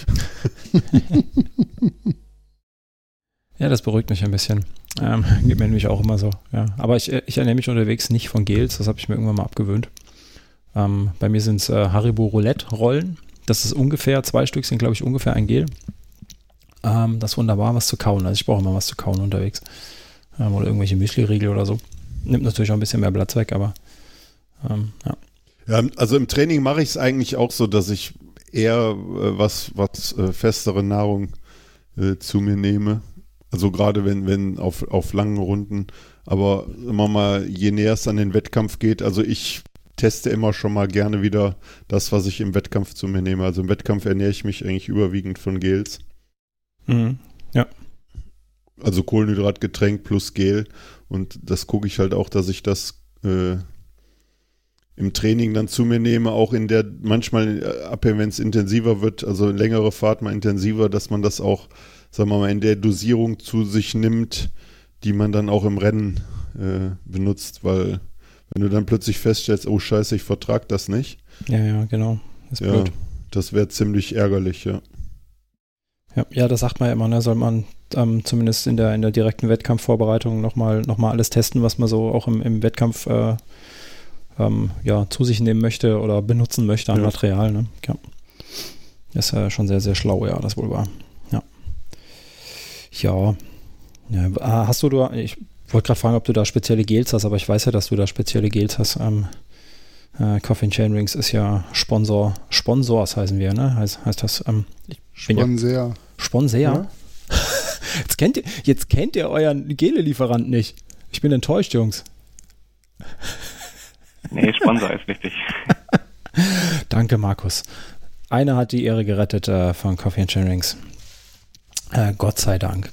Ja, das beruhigt mich ein bisschen. Geht mir nämlich auch immer so. Ja. Aber ich ernähre mich unterwegs nicht von Gels, das habe ich mir irgendwann mal abgewöhnt. Bei mir sind es Haribo Roulette-Rollen. Das ist ungefähr, 2 Stück sind, glaube ich, ungefähr ein Gel. Das ist wunderbar, was zu kauen. Also ich brauche immer was zu kauen unterwegs. Oder irgendwelche Müsli-Riegel oder so. Nimmt natürlich auch ein bisschen mehr Platz weg, aber ja. Ja, also im Training mache ich es eigentlich auch so, dass ich eher was festere Nahrung zu mir nehme. Also gerade wenn auf langen Runden. Aber immer mal, je näher es an den Wettkampf geht, also ich teste immer schon mal gerne wieder das, was ich im Wettkampf zu mir nehme. Also im Wettkampf ernähre ich mich eigentlich überwiegend von Gels. Mhm. Ja. Also Kohlenhydratgetränk plus Gel. Und das gucke ich halt auch, dass ich das im Training dann zu mir nehme, auch in der, manchmal abhängig, wenn es intensiver wird, also längere Fahrt mal intensiver, dass man das auch, sagen wir mal, in der Dosierung zu sich nimmt, die man dann auch im Rennen benutzt, weil wenn du dann plötzlich feststellst, oh Scheiße, ich vertrage das nicht. Ja, genau. Das ist blöd. Das wäre ziemlich ärgerlich, ja. Ja, das sagt man ja immer, ne? Soll man zumindest in der direkten Wettkampfvorbereitung nochmal alles testen, was man so auch im Wettkampf zu sich nehmen möchte oder benutzen möchte an Material. Ne? Ja. Das ist schon sehr, sehr schlau, ja, das wohl war. Ja. Hast du ich wollte gerade fragen, ob du da spezielle Gels hast, aber ich weiß ja, dass du da spezielle Gels hast. Coffee and Chainrings ist ja Sponsors heißen wir, ne? Heißt das? Sponsor? Ja. Jetzt kennt ihr euren Gele-Lieferanten nicht. Ich bin enttäuscht, Jungs. Nee, Sponsor ist richtig. Danke, Markus. Einer hat die Ehre gerettet von Coffee and Chainrings. Gott sei Dank.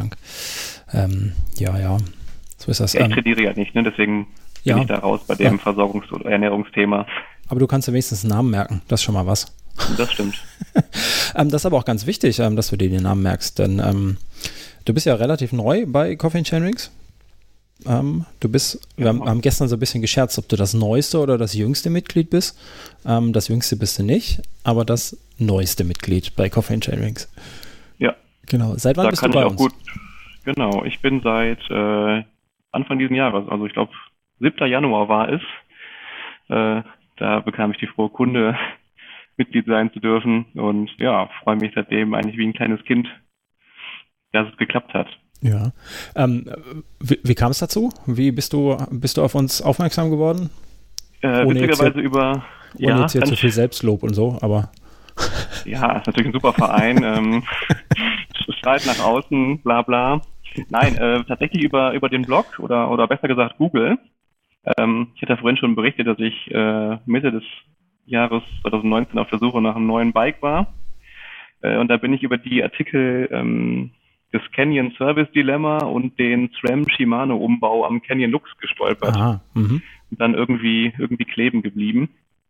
Ja. So ist das. Ich kreditiere ja nicht, ne? Deswegen bin ich da raus bei dem Versorgungs- oder Ernährungsthema. Aber du kannst ja wenigstens einen Namen merken. Das ist schon mal was. Das stimmt. Das ist aber auch ganz wichtig, dass du dir den Namen merkst, denn du bist ja relativ neu bei Coffee and Chainrings. Wir haben gestern so ein bisschen gescherzt, ob du das neueste oder das jüngste Mitglied bist. Das jüngste bist du nicht, aber das neueste Mitglied bei Coffee and Chainrings. Ja. Genau. Seit wann bist du bei uns? Genau, ich bin seit Anfang dieses Jahres, also ich glaube 7. Januar war es. Da bekam ich die frohe Kunde, Mitglied sein zu dürfen und ja, freue mich seitdem eigentlich wie ein kleines Kind, dass es geklappt hat. Ja. Wie kam es dazu? Wie bist du auf uns aufmerksam geworden? Witzigerweise über... Ohne jetzt hier zu viel Selbstlob und so, aber... Ja, ist natürlich ein super Verein. Streit nach außen, bla bla. Nein, tatsächlich über den Blog oder besser gesagt Google. Ich hatte ja vorhin schon berichtet, dass ich Mitte des Jahres 2019 auf der Suche nach einem neuen Bike war. Und da bin ich über die Artikel des Canyon Service Dilemma und den SRAM Shimano Umbau am Canyon Lux gestolpert. Aha, und dann irgendwie kleben geblieben.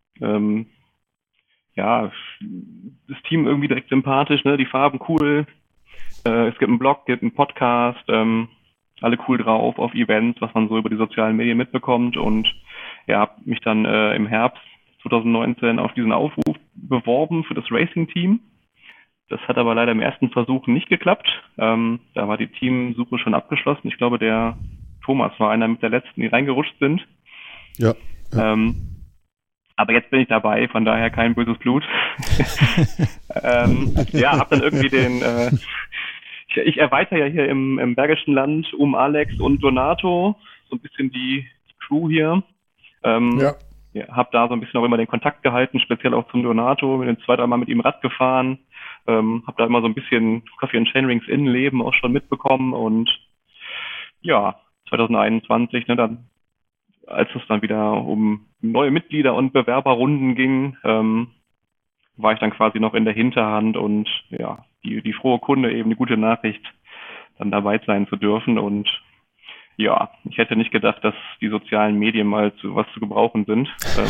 Das Team irgendwie direkt sympathisch, ne? Die Farben cool. Es gibt einen Blog, gibt einen Podcast, alle cool drauf auf Events, was man so über die sozialen Medien mitbekommt und habe mich dann im Herbst 2019 auf diesen Aufruf beworben für das Racing-Team. Das hat aber leider im ersten Versuch nicht geklappt. Da war die Teamsuche schon abgeschlossen. Ich glaube, der Thomas war einer mit der letzten, die reingerutscht sind. Ja. Aber jetzt bin ich dabei, von daher kein böses Blut. Hab dann irgendwie ich erweitere ja hier im Bergischen Land um Alex und Donato, so ein bisschen die Crew hier. Hab da so ein bisschen auch immer den Kontakt gehalten, speziell auch zum Donato, bin 2-3 Mal mit ihm Rad gefahren, hab da immer so ein bisschen Coffee and Chainrings Innenleben auch schon mitbekommen und ja, 2021, dann, als es dann wieder um neue Mitglieder und Bewerberrunden ging, war ich dann quasi noch in der Hinterhand und ja, die frohe Kunde, eben die gute Nachricht, dann dabei sein zu dürfen. Und ja, ich hätte nicht gedacht, dass die sozialen Medien mal zu was zu gebrauchen sind.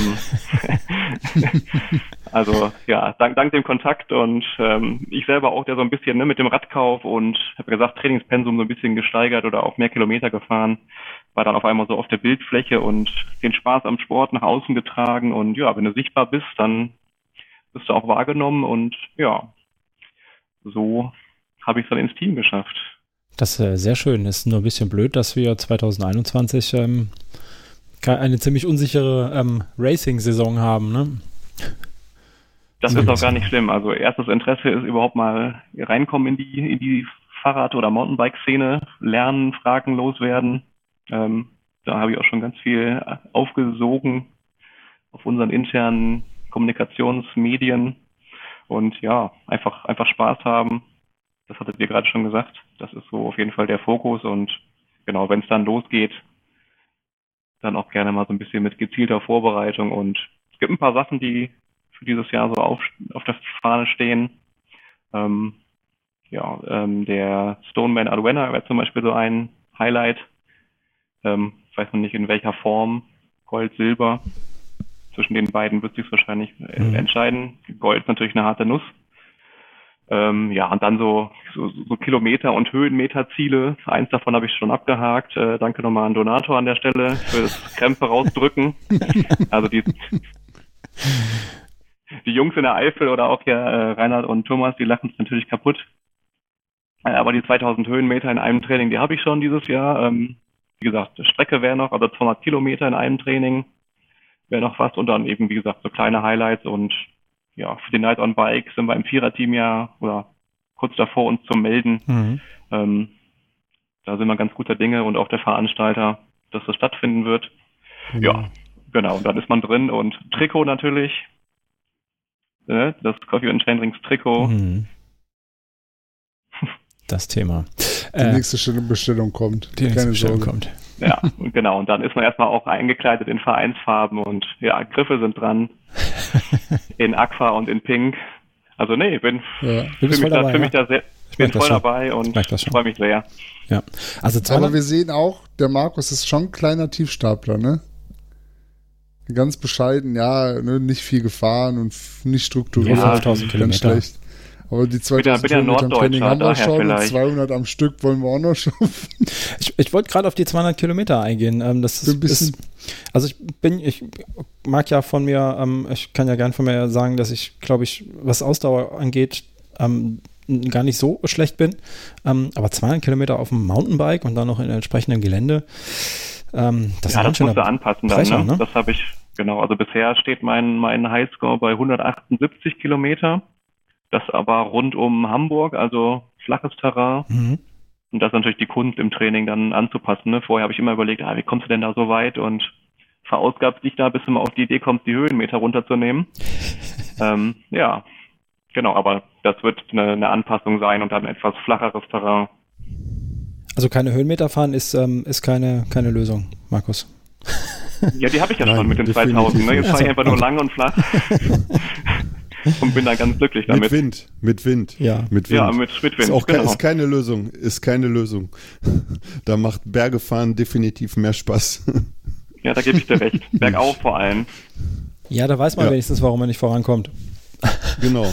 Also ja, dank dem Kontakt und ich selber auch, der so ein bisschen mit dem Radkauf und habe gesagt, Trainingspensum so ein bisschen gesteigert oder auch mehr Kilometer gefahren, war dann auf einmal so auf der Bildfläche und den Spaß am Sport nach außen getragen. Und ja, wenn du sichtbar bist, dann bist du auch wahrgenommen und ja, so habe ich es dann ins Team geschafft. Das ist sehr schön. Ist nur ein bisschen blöd, dass wir 2021 eine ziemlich unsichere Racing-Saison haben, ne? Das ist auch gar nicht schlimm. Also erstes Interesse ist überhaupt mal reinkommen in die Fahrrad- oder Mountainbike-Szene, lernen, Fragen loswerden. Da habe ich auch schon ganz viel aufgesogen auf unseren internen Kommunikationsmedien. Und ja, einfach Spaß haben. Das hattet ihr gerade schon gesagt. Das ist so auf jeden Fall der Fokus. Und genau, wenn es dann losgeht, dann auch gerne mal so ein bisschen mit gezielter Vorbereitung. Und es gibt ein paar Sachen, die für dieses Jahr so auf der Fahne stehen. Der Stoneman Arduino wäre zum Beispiel so ein Highlight. Ich weiß noch nicht in welcher Form. Gold, Silber. Zwischen den beiden wird sich wahrscheinlich entscheiden. Gold ist natürlich eine harte Nuss. Und dann so Kilometer- und Höhenmeterziele. Eins davon habe ich schon abgehakt. Danke nochmal an Donato an der Stelle für das Krämpfe rausdrücken. Also die Jungs in der Eifel oder auch hier Reinhard und Thomas, die lachen es natürlich kaputt. Aber die 2000 Höhenmeter in einem Training, die habe ich schon dieses Jahr. Wie gesagt, Strecke wäre noch, also 200 Kilometer in einem Training wäre noch was. Und dann eben, wie gesagt, so kleine Highlights. Und ja, für die Night on Bike sind wir im Viererteam ja oder kurz davor, uns zu melden. Da sind wir ganz guter Dinge und auch der Veranstalter, dass das stattfinden wird. Ja, genau. Und dann ist man drin und Trikot natürlich. Das Coffee and Chainrings Trikot. Das Thema. Die nächste Bestellung kommt. Die nächste Bestellung kommt. Ja, genau. Und dann ist man erstmal auch eingekleidet in Vereinsfarben und ja, Griffe sind dran. In Aqua und in Pink. Also nee, bin voll dabei und freue mich sehr. Ja. Also aber wir sehen auch, der Markus ist schon ein kleiner Tiefstapler, ne? Ganz bescheiden, ja, ne, nicht viel gefahren und nicht strukturiert. Ja, 5000 Kilometer. Schlecht. Aber die 2000 Kilometer im Training haben wir schon vielleicht. 200 am Stück wollen wir auch noch schaffen. Ich wollte gerade auf die 200 Kilometer eingehen. Ich mag ja von mir, ich kann ja gern von mir sagen, dass ich, glaube ich, was Ausdauer angeht, gar nicht so schlecht bin. Aber 200 Kilometer auf dem Mountainbike und dann noch in entsprechendem Gelände, das musst du anpassen Brecher, dann, ne? Ne? Das habe ich, genau, also bisher steht mein Highscore bei 178 Kilometer. Das aber rund um Hamburg, also flaches Terrain. Und das ist natürlich die Kunst im Training dann anzupassen. Ne? Vorher habe ich immer überlegt, wie kommst du denn da so weit und verausgabst dich da, bis du mal auf die Idee kommst, die Höhenmeter runterzunehmen. Ja, genau, aber das wird eine Anpassung sein und dann etwas flacheres Terrain. Also keine Höhenmeter fahren ist keine Lösung, Markus. Ja, die habe ich ja schon mit den 2000. Ne? Jetzt fahre ich einfach nur lang und flach. Und bin da ganz glücklich damit. Mit Wind. Ja, mit Wind. Ja, mit Wind. Ist keine Lösung. Da macht Bergefahren definitiv mehr Spaß. Ja, da gebe ich dir recht. Bergauf vor allem. Ja, da weiß man wenigstens, warum man nicht vorankommt. Genau.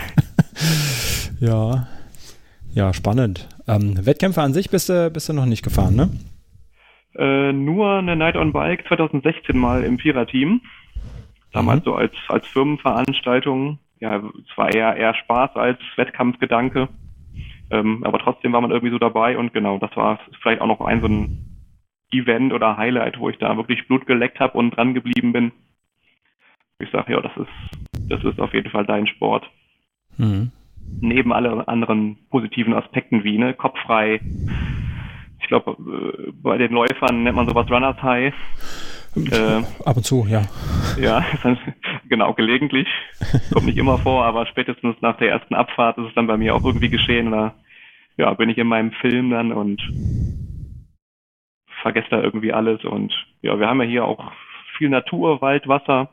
Ja, spannend. Wettkämpfe an sich bist du noch nicht gefahren, ne? Nur eine Night on Bike 2016 mal im Viererteam. Damals so als Firmenveranstaltung. ja, es war eher Spaß als Wettkampfgedanke. Aber trotzdem war man irgendwie so dabei und genau, das war vielleicht auch noch so ein Event oder Highlight, wo ich da wirklich Blut geleckt habe und dran geblieben bin. Ich sage, ja, das ist auf jeden Fall dein Sport. Mhm. Neben alle anderen positiven Aspekten wie, ne, kopffrei. Ich glaube, bei den Läufern nennt man sowas Runners High. Ab und zu, ja. Ja, genau, gelegentlich. Kommt nicht immer vor, aber spätestens nach der ersten Abfahrt ist es dann bei mir auch irgendwie geschehen. Da ja, bin ich in meinem Film dann und vergesse da irgendwie alles. Und ja, wir haben ja hier auch viel Natur, Wald, Wasser.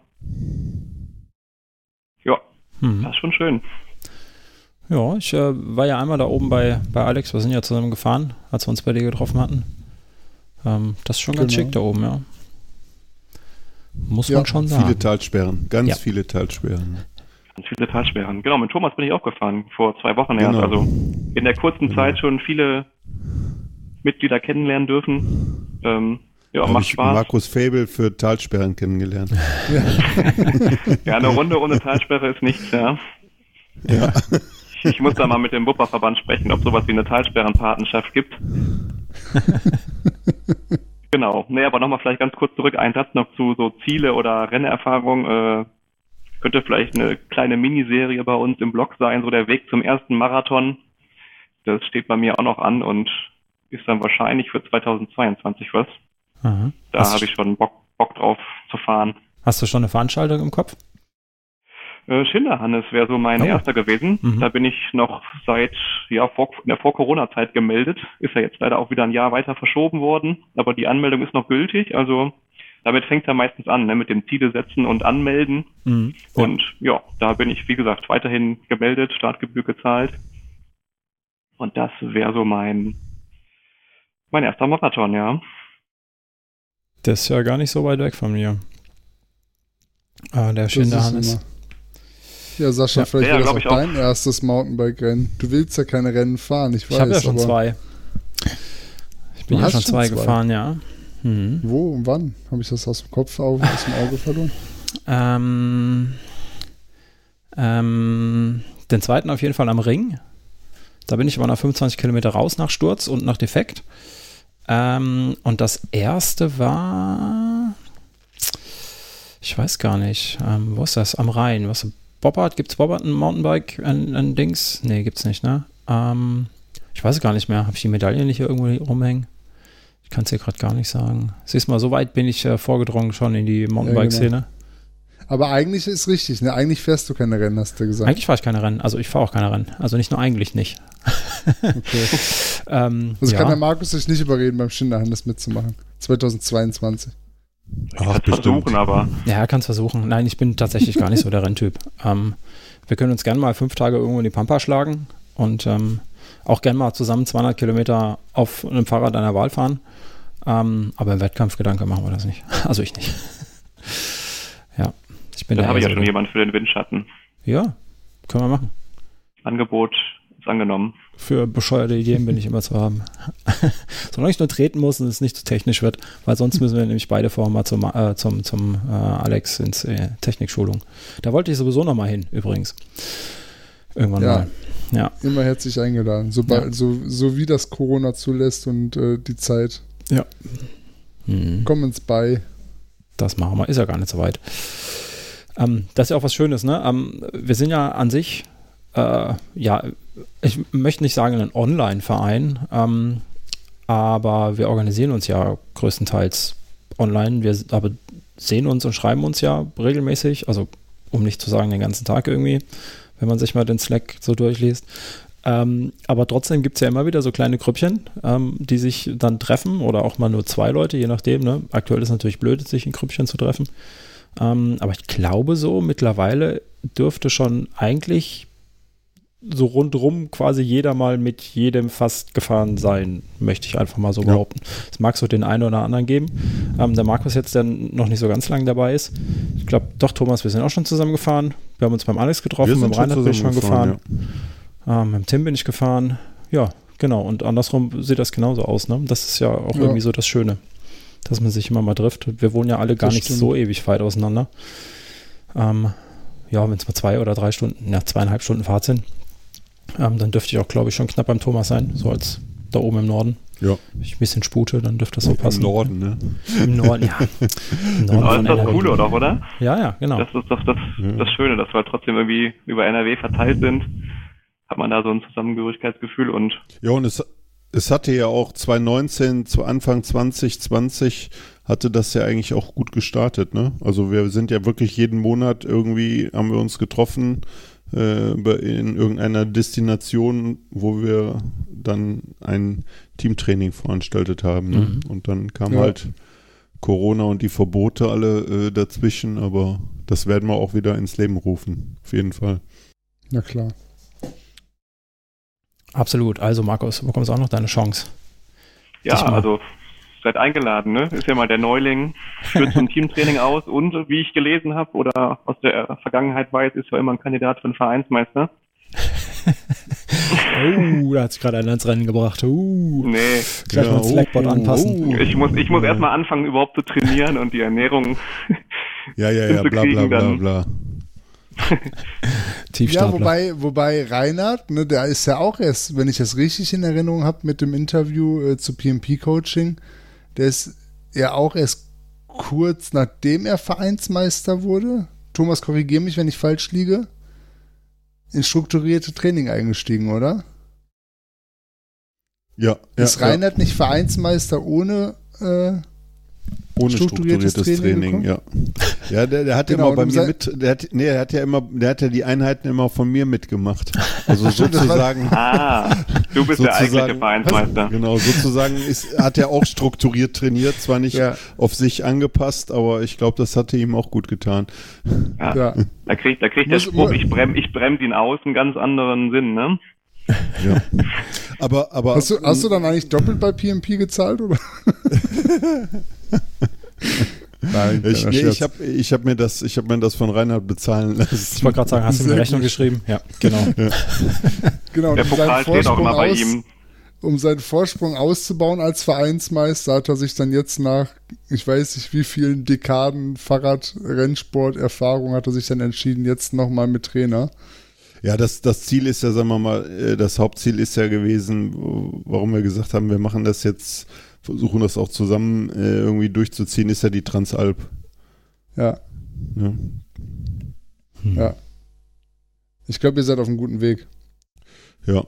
Ja, das ist schon schön. Ja, ich war ja einmal da oben bei Alex, wir sind ja zusammen gefahren, als wir uns bei dir getroffen hatten. Das ist schon ganz schick da oben, ja. Muss man schon sagen. Viele Talsperren, ganz viele Talsperren. Ganz viele Talsperren. Genau, mit Thomas bin ich auch gefahren, vor 2 Wochen erst. Also in der kurzen Zeit schon viele Mitglieder kennenlernen dürfen. Ja, macht Spaß. Markus Fäbel für Talsperren kennengelernt. Ja, eine Runde ohne Talsperre ist nichts, ja. Ja. Ich muss da mal mit dem Wupperverband sprechen, ob sowas wie eine Talsperrenpatenschaft gibt. Genau. Naja, aber nochmal vielleicht ganz kurz zurück, ein Satz noch zu so Ziele oder Rennerfahrung. Könnte vielleicht eine kleine Miniserie bei uns im Blog sein, so der Weg zum ersten Marathon. Das steht bei mir auch noch an und ist dann wahrscheinlich für 2022 was. Aha. Da habe ich schon Bock drauf zu fahren. Hast du schon eine Veranstaltung im Kopf? Schinderhannes wäre so mein erster gewesen. Mhm. Da bin ich noch seit in der Vor-Corona-Zeit gemeldet. Ist ja jetzt leider auch wieder ein Jahr weiter verschoben worden. Aber die Anmeldung ist noch gültig. Also damit fängt es ja meistens an, ne, mit dem Ziele setzen und anmelden. Mhm. Und ja, da bin ich, wie gesagt, weiterhin gemeldet, Startgebühr gezahlt. Und das wäre so mein erster Marathon, ja. Das ist ja gar nicht so weit weg von mir. Der Schinderhannes. Ja, Sascha, vielleicht wäre das auch dein erstes Mountainbike-Rennen. Du willst ja keine Rennen fahren, ich weiß. Ich habe ja schon 2. Ich bin ja schon 2 gefahren, ja. Mhm. Wo und wann? Habe ich das aus dem Kopf, aus dem Auge verloren? Den zweiten auf jeden Fall am Ring. Da bin ich aber nach 25 Kilometer raus nach Sturz und nach Defekt. Und das erste war, ich weiß gar nicht, wo ist das? Am Rhein. Gibt's Bobbard ein Mountainbike, ein Dings? Nee, gibt's nicht, ne? Ich weiß gar nicht mehr. Habe ich die Medaille nicht hier irgendwo rumhängen? Ich kann es dir gerade gar nicht sagen. Siehst mal, so weit bin ich vorgedrungen schon in die Mountainbike-Szene. Ja, genau. Aber eigentlich ist richtig, ne? Eigentlich fährst du keine Rennen, hast du gesagt. Eigentlich fahre ich keine Rennen. Also ich fahre auch keine Rennen. Also nicht nur eigentlich nicht. Okay. Kann der Markus sich nicht überreden, beim Schinderhannes mitzumachen. 2022. Ach, versuchen, aber. Ja, kannst versuchen. Nein, ich bin tatsächlich gar nicht so der Renntyp. Wir können uns gerne mal 5 Tage irgendwo in die Pampa schlagen und auch gerne mal zusammen 200 Kilometer auf einem Fahrrad deiner Wahl fahren. Aber im Wettkampfgedanke machen wir das nicht. Also ich nicht. Ja, ich bin da habe ich ja schon jemanden für den Windschatten. Ja, können wir machen. Angebot ist angenommen. Für bescheuerte Ideen bin ich immer zu haben. Solange ich nur treten muss und es nicht zu technisch wird, weil sonst müssen wir nämlich beide vorher mal zum Alex ins Technikschulung. Da wollte ich sowieso noch mal hin, übrigens. Irgendwann mal. Ja. Immer herzlich eingeladen, so wie das Corona zulässt und die Zeit. Ja. Komm ins Bei. Das machen wir, ist ja gar nicht so weit. Das ist ja auch was Schönes, ne? Wir sind ja an sich ich möchte nicht sagen ein Online-Verein, aber wir organisieren uns ja größtenteils online. Wir aber sehen uns und schreiben uns ja regelmäßig, also um nicht zu sagen den ganzen Tag irgendwie, wenn man sich mal den Slack so durchliest. Aber trotzdem gibt es ja immer wieder so kleine Grüppchen, die sich dann treffen oder auch mal nur 2 Leute, je nachdem. Ne? Aktuell ist es natürlich blöd, sich in Grüppchen zu treffen. Aber ich glaube so, mittlerweile dürfte schon eigentlich so rundrum quasi jeder mal mit jedem fast gefahren sein, möchte ich einfach mal so behaupten. Es mag so den einen oder anderen geben. Der Markus jetzt, der noch nicht so ganz lang dabei ist. Ich glaube, doch, Thomas, wir sind auch schon zusammen gefahren. Wir haben uns beim Alex getroffen, mit dem Reinhard bin ich schon gefahren. Mit dem Tim bin ich gefahren. Ja, genau. Und andersrum sieht das genauso aus. Ne? Das ist ja auch irgendwie so das Schöne, dass man sich immer mal trifft. Wir wohnen ja alle gar nicht so ewig weit auseinander. ja, wenn es mal 2 oder 3 Stunden, 2,5 Stunden Fahrt sind, dann dürfte ich auch, glaube ich, schon knapp beim Thomas sein, so als da oben im Norden. Ja. Wenn ich ein bisschen spute, dann dürfte das so passen. Im Norden, ne? Im Norden, ja. Im Norden Aber von das ist das NRW. Coole, oder? Ja, genau. Das ist doch das Schöne, dass wir trotzdem irgendwie über NRW verteilt sind. Hat man da so ein Zusammengehörigkeitsgefühl und... Ja, und es hatte ja auch 2019, zu Anfang 2020 hatte das ja eigentlich auch gut gestartet, ne? Also wir sind ja wirklich jeden Monat irgendwie, haben wir uns getroffen in irgendeiner Destination, wo wir dann ein Teamtraining veranstaltet haben, ne? Mhm. Und dann kam halt Corona und die Verbote alle dazwischen, aber das werden wir auch wieder ins Leben rufen, auf jeden Fall. Na klar. Absolut. Also Markus, du bekommst auch noch deine Chance. Ja, Diesmal. also seid eingeladen, ne? Ist ja mal der Neuling, führt zum Teamtraining aus und wie ich gelesen habe oder aus der Vergangenheit weiß, ist ja immer ein Kandidat für einen Vereinsmeister. Da hat sich gerade einer ins Rennen gebracht. Nee. Gleich mal das Slackbot anpassen. Ich muss erstmal anfangen, überhaupt zu trainieren und die Ernährung Ja, bla bla bla bla. Ja, wobei Reinhard, ne, der ist ja auch erst, wenn ich das richtig in Erinnerung habe mit dem Interview zu PMP-Coaching, der ist ja auch erst kurz nachdem er Vereinsmeister wurde, Thomas, korrigier mich, wenn ich falsch liege, in strukturierte Training eingestiegen, oder? Ja. Ist Reinhard nicht Vereinsmeister ohne strukturiertes Training, ja. Ja, der hat genau, immer bei mir der hat ja die Einheiten immer von mir mitgemacht. Also sozusagen. Du bist der eigentliche Vereinsmeister. Genau, sozusagen hat er auch strukturiert trainiert, zwar nicht auf sich angepasst, aber ich glaube, das hatte ihm auch gut getan. Ja. Da kriegt der Spruch, ich bremse ihn aus, einen ganz anderen Sinn, ne? Ja. Aber hast du dann eigentlich doppelt bei PMP gezahlt, oder? Nein, ich hab mir das von Reinhard bezahlen lassen. Ich wollte gerade sagen, hast du mir eine Rechnung geschrieben? Ja, genau. Genau. Der Pokal steht auch immer bei ihm. Um seinen Vorsprung auszubauen als Vereinsmeister, hat er sich dann jetzt nach, ich weiß nicht wie vielen Dekaden Fahrrad-Rennsport-Erfahrung, hat er sich dann entschieden, jetzt nochmal mit Trainer. Ja, das Ziel ist ja, sagen wir mal, das Hauptziel ist ja gewesen, warum wir gesagt haben, wir machen das jetzt, versuchen das auch zusammen irgendwie durchzuziehen, ist ja die Transalp. Ja. Ja. Ich glaube, ihr seid auf einem guten Weg. Ja.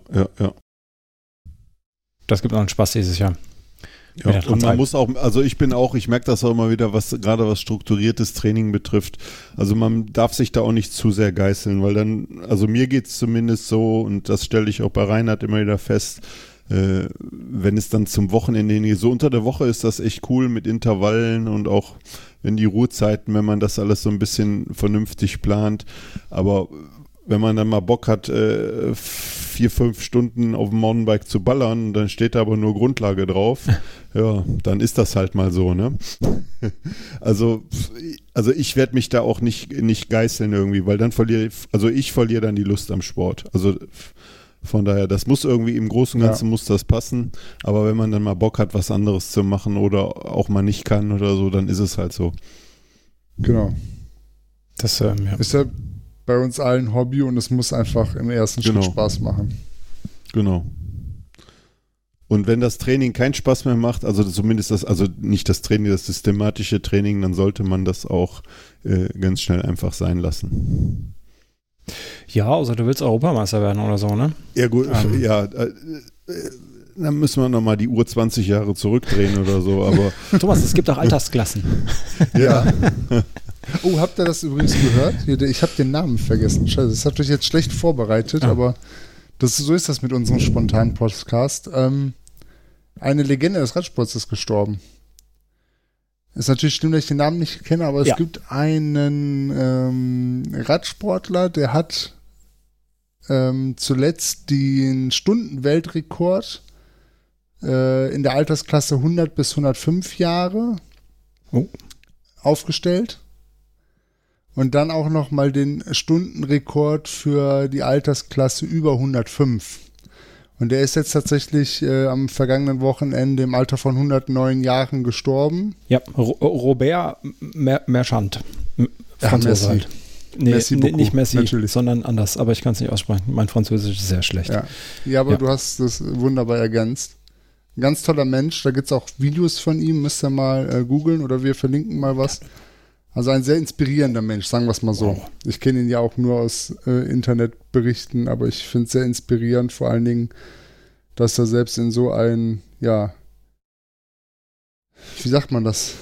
Das gibt noch einen Spaß dieses Jahr. Ja, und man muss auch, also ich merke das auch immer wieder, gerade was strukturiertes Training betrifft. Also man darf sich da auch nicht zu sehr geißeln, weil dann, also mir geht's zumindest so, und das stelle ich auch bei Reinhard immer wieder fest, wenn es dann zum Wochenende hingeht, so unter der Woche ist das echt cool mit Intervallen und auch wenn die Ruhezeiten, wenn man das alles so ein bisschen vernünftig plant, aber wenn man dann mal Bock hat, 4-5 Stunden auf dem Mountainbike zu ballern, dann steht da aber nur Grundlage drauf, ja, dann ist das halt mal so, ne? Also ich werde mich da auch nicht geißeln irgendwie, weil dann ich verliere dann die Lust am Sport. Also von daher, das muss irgendwie im Großen und Ganzen muss das passen, aber wenn man dann mal Bock hat, was anderes zu machen oder auch mal nicht kann oder so, dann ist es halt so. Genau. Das ist ja bei uns allen Hobby und es muss einfach im ersten Schritt Spaß machen. Genau. Und wenn das Training keinen Spaß mehr macht, also zumindest also nicht das Training, das systematische Training, dann sollte man das auch ganz schnell einfach sein lassen. Ja, also du willst Europameister werden oder so, ne? Ja gut, dann müssen wir nochmal die Uhr 20 Jahre zurückdrehen oder so, aber... Thomas, es gibt auch Altersklassen. Ja. Oh, habt ihr das übrigens gehört? Ich habe den Namen vergessen. Scheiße, das habt ihr euch jetzt schlecht vorbereitet, aber so ist das mit unserem spontanen Podcast. Eine Legende des Radsports ist gestorben. Ist natürlich schlimm, dass ich den Namen nicht kenne, aber es gibt einen Radsportler, der hat zuletzt den Stundenweltrekord in der Altersklasse 100 bis 105 Jahre aufgestellt. Und dann auch nochmal den Stundenrekord für die Altersklasse über 105. Und der ist jetzt tatsächlich am vergangenen Wochenende im Alter von 109 Jahren gestorben. Ja, Robert Merchant. Franzose halt. Merci beaucoup, nicht Messi, natürlich. sondern anders, aber ich kann es nicht aussprechen. Mein Französisch ist sehr schlecht. Ja, aber du hast das wunderbar ergänzt. Ein ganz toller Mensch, da gibt es auch Videos von ihm, müsst ihr mal googeln oder wir verlinken mal was. Also ein sehr inspirierender Mensch, sagen wir es mal so. Wow. Ich kenne ihn ja auch nur aus Internetberichten, aber ich finde es sehr inspirierend, vor allen Dingen, dass er selbst in so ein, wie sagt man das?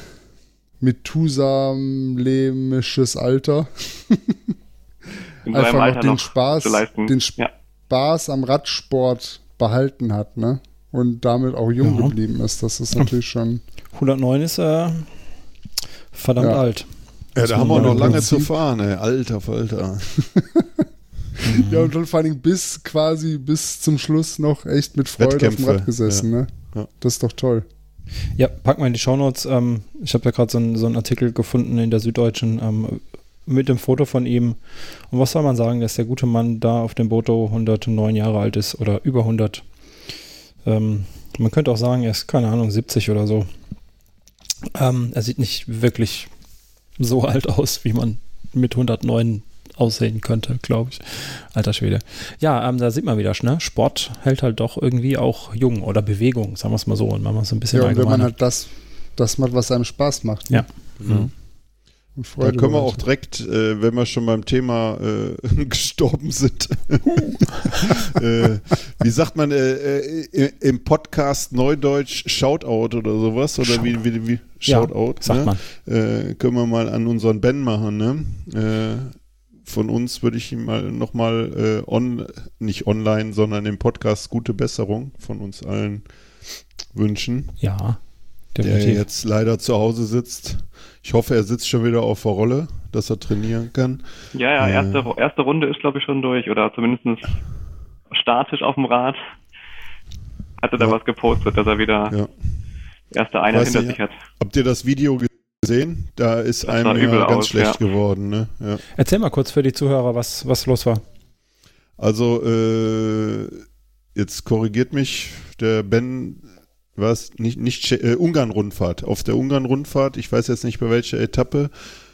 Methusalem-lemisches Alter. In so einfach einem noch Alter den noch Spaß, zu leisten. Spaß am Radsport behalten hat, ne? Und damit auch jung geblieben ist. Das ist natürlich schon. 109 ist verdammt alt. Ja, da haben wir noch lange zu Prinzip. fahren, ey. Alter Falter. Ja, und dann vor allem bis zum Schluss noch echt mit Freude auf dem Wettkämpfe, Rad gesessen, ne? Ja. Das ist doch toll. Ja, pack mal in die Shownotes. Ich habe da gerade so einen Artikel gefunden in der Süddeutschen mit dem Foto von ihm. Und was soll man sagen, dass der gute Mann da auf dem Boto 109 Jahre alt ist oder über 100. Man könnte auch sagen, er ist, keine Ahnung, 70 oder so. Er sieht nicht wirklich so alt aus, wie man mit 109 aussehen könnte, glaube ich. Alter Schwede. Ja, da sieht man wieder, ne? Sport hält halt doch irgendwie auch jung oder Bewegung, sagen wir es mal so. Und machen wir es ein bisschen Ja, und wenn man allgemeiner. halt das macht, was einem Spaß macht. Ne? Ja. Genau. Und Da Freude können wir auch bereitet. direkt, wenn wir schon beim Thema gestorben sind, wie sagt man im Podcast Neudeutsch Shoutout oder sowas? Oder wie Shoutout? sagt man. Können wir mal an unseren Ben machen, ne? Von uns würde ich ihm mal nochmal nicht online, sondern im Podcast gute Besserung von uns allen wünschen. Ja, Der definitiv. jetzt leider zu Hause sitzt. Ich hoffe, er sitzt schon wieder auf der Rolle, dass er trainieren kann. Ja, erste Runde ist, glaube ich, schon durch. Oder zumindest statisch auf dem Rad. Hatte da was gepostet, dass er wieder erste Einheit hinter sich hat. Habt ihr das Video gesehen? Da ist Das sah einem übel ja ganz aus, schlecht geworden. Ne? Ja. Erzähl mal kurz für die Zuhörer, was los war. Also, jetzt korrigiert mich der Ben, was? Nicht Ungarn-Rundfahrt. Auf der Ungarn-Rundfahrt, ich weiß jetzt nicht bei welcher Etappe,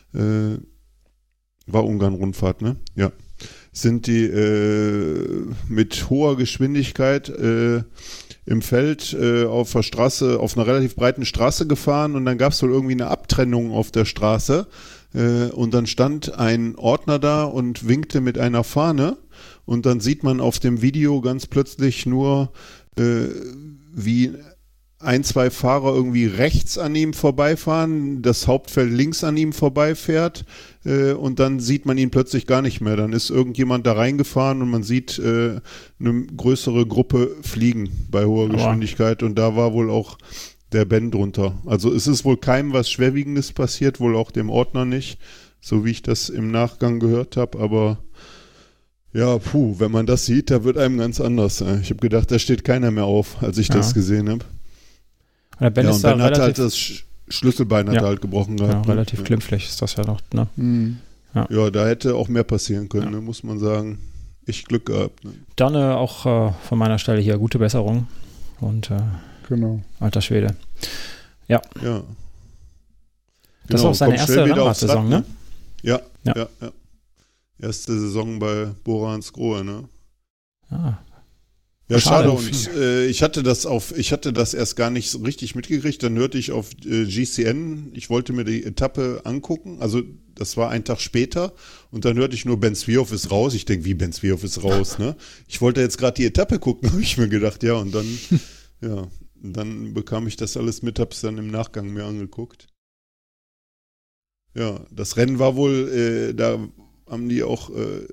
war Ungarn-Rundfahrt, ne? Ja. Sind die mit hoher Geschwindigkeit im Feld auf der Straße, auf einer relativ breiten Straße gefahren und dann gab es wohl irgendwie eine Abtrennung auf der Straße und dann stand ein Ordner da und winkte mit einer Fahne und dann sieht man auf dem Video ganz plötzlich nur, wie ein, zwei Fahrer irgendwie rechts an ihm vorbeifahren, das Hauptfeld links an ihm vorbeifährt und dann sieht man ihn plötzlich gar nicht mehr. Dann ist irgendjemand da reingefahren und man sieht eine größere Gruppe fliegen bei hoher Geschwindigkeit und da war wohl auch der Ben drunter. Also es ist wohl keinem was Schwerwiegendes passiert, wohl auch dem Ordner nicht, so wie ich das im Nachgang gehört habe, aber ja, wenn man das sieht, da wird einem ganz anders. Ich habe gedacht, da steht keiner mehr auf, als ich das gesehen habe. Und der Ben Ja, ist und da Ben hat relativ, halt das Schlüsselbein hat er halt gebrochen gehabt. Ne? relativ glimpflich ist das ja noch, ne? Mhm. Ja, da hätte auch mehr passieren können, ne, muss man sagen. Echt Glück gehabt. Ne? Dann auch von meiner Stelle hier gute Besserung und Genau. alter Schwede. Ja. Ja. Das ist auch seine kommt erste schnell wieder aufs Rennradsaison, Rad, ne? Ja, Ja. ja. Erste Saison bei Bora Hansgrohe, ne? Ah. Ja, Schade. schade. Und ich hatte das erst gar nicht so richtig mitgekriegt. Dann hörte ich auf GCN, ich wollte mir die Etappe angucken. Also das war ein Tag später. Und dann hörte ich nur, Ben Svijov ist raus. Ich denke, wie Ben Svijov ist raus, ne? Ich wollte jetzt gerade die Etappe gucken, habe ich mir gedacht. Ja, und dann, dann bekam ich das alles mit, habe es dann im Nachgang mir angeguckt. Ja, das Rennen war wohl, da haben die auch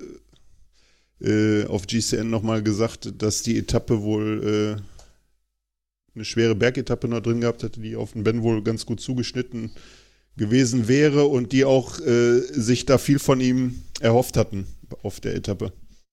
auf GCN nochmal gesagt, dass die Etappe wohl eine schwere Bergetappe noch drin gehabt hätte, die auf den Ben wohl ganz gut zugeschnitten gewesen wäre und die auch sich da viel von ihm erhofft hatten auf der Etappe.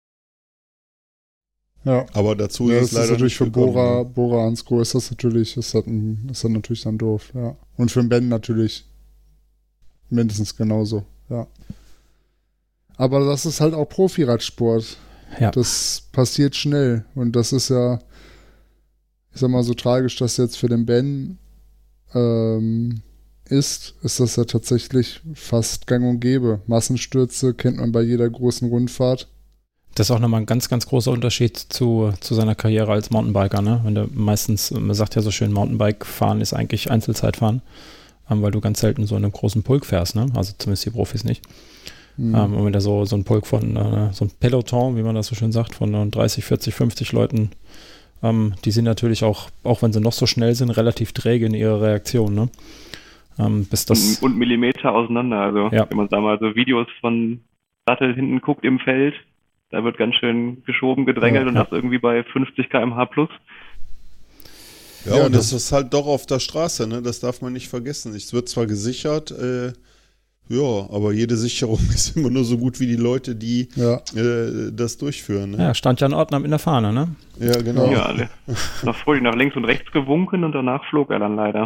Ja. Aber dazu Ja, ist das es leider ist natürlich nicht für gekommen, Bora Hansgrohe ist dann natürlich dann doof, ja. Und für den Ben natürlich mindestens genauso, ja. Aber das ist halt auch Profiradsport. Ja. Das passiert schnell. Und das ist ja, ich sag mal, so tragisch, dass jetzt für den Ben ist das ja tatsächlich fast gang und gäbe. Massenstürze kennt man bei jeder großen Rundfahrt. Das ist auch nochmal ein ganz, ganz großer Unterschied zu seiner Karriere als Mountainbiker, ne? Wenn du meistens, man sagt ja so schön, Mountainbike fahren ist eigentlich Einzelzeitfahren, weil du ganz selten so in einem großen Pulk fährst, ne? Also zumindest die Profis nicht. Und wenn da so ein Pulk von, so ein Peloton, wie man das so schön sagt, von 30, 40, 50 Leuten, die sind natürlich auch wenn sie noch so schnell sind, relativ träge in ihrer Reaktion, ne? Bis das und Millimeter auseinander, also wenn man da mal so Videos von Sattel hinten guckt im Feld, da wird ganz schön geschoben, gedrängelt und das irgendwie bei 50 km/h plus. Ja, und das ist halt doch auf der Straße, ne? Das darf man nicht vergessen. Es wird zwar gesichert, aber jede Sicherung ist immer nur so gut wie die Leute, die das durchführen. Ne? Ja, stand ja ein Ordner in der Fahne, ne? Ja, genau. Ja, nach vorne, nach links und rechts gewunken und danach flog er dann leider.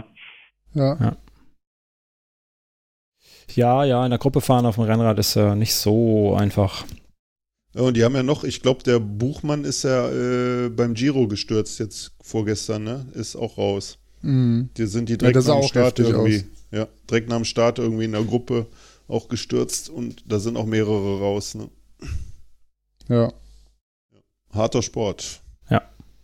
Ja, in der Gruppe fahren auf dem Rennrad ist ja nicht so einfach. Ja, und die haben ja noch, ich glaube, der Buchmann ist ja beim Giro gestürzt jetzt vorgestern, ne? Ist auch raus. Mhm. Die sind direkt nach dem Start irgendwie. Ja, direkt nach dem Start irgendwie in der Gruppe auch gestürzt und da sind auch mehrere raus, ne? Ja. Harter Sport. Ja.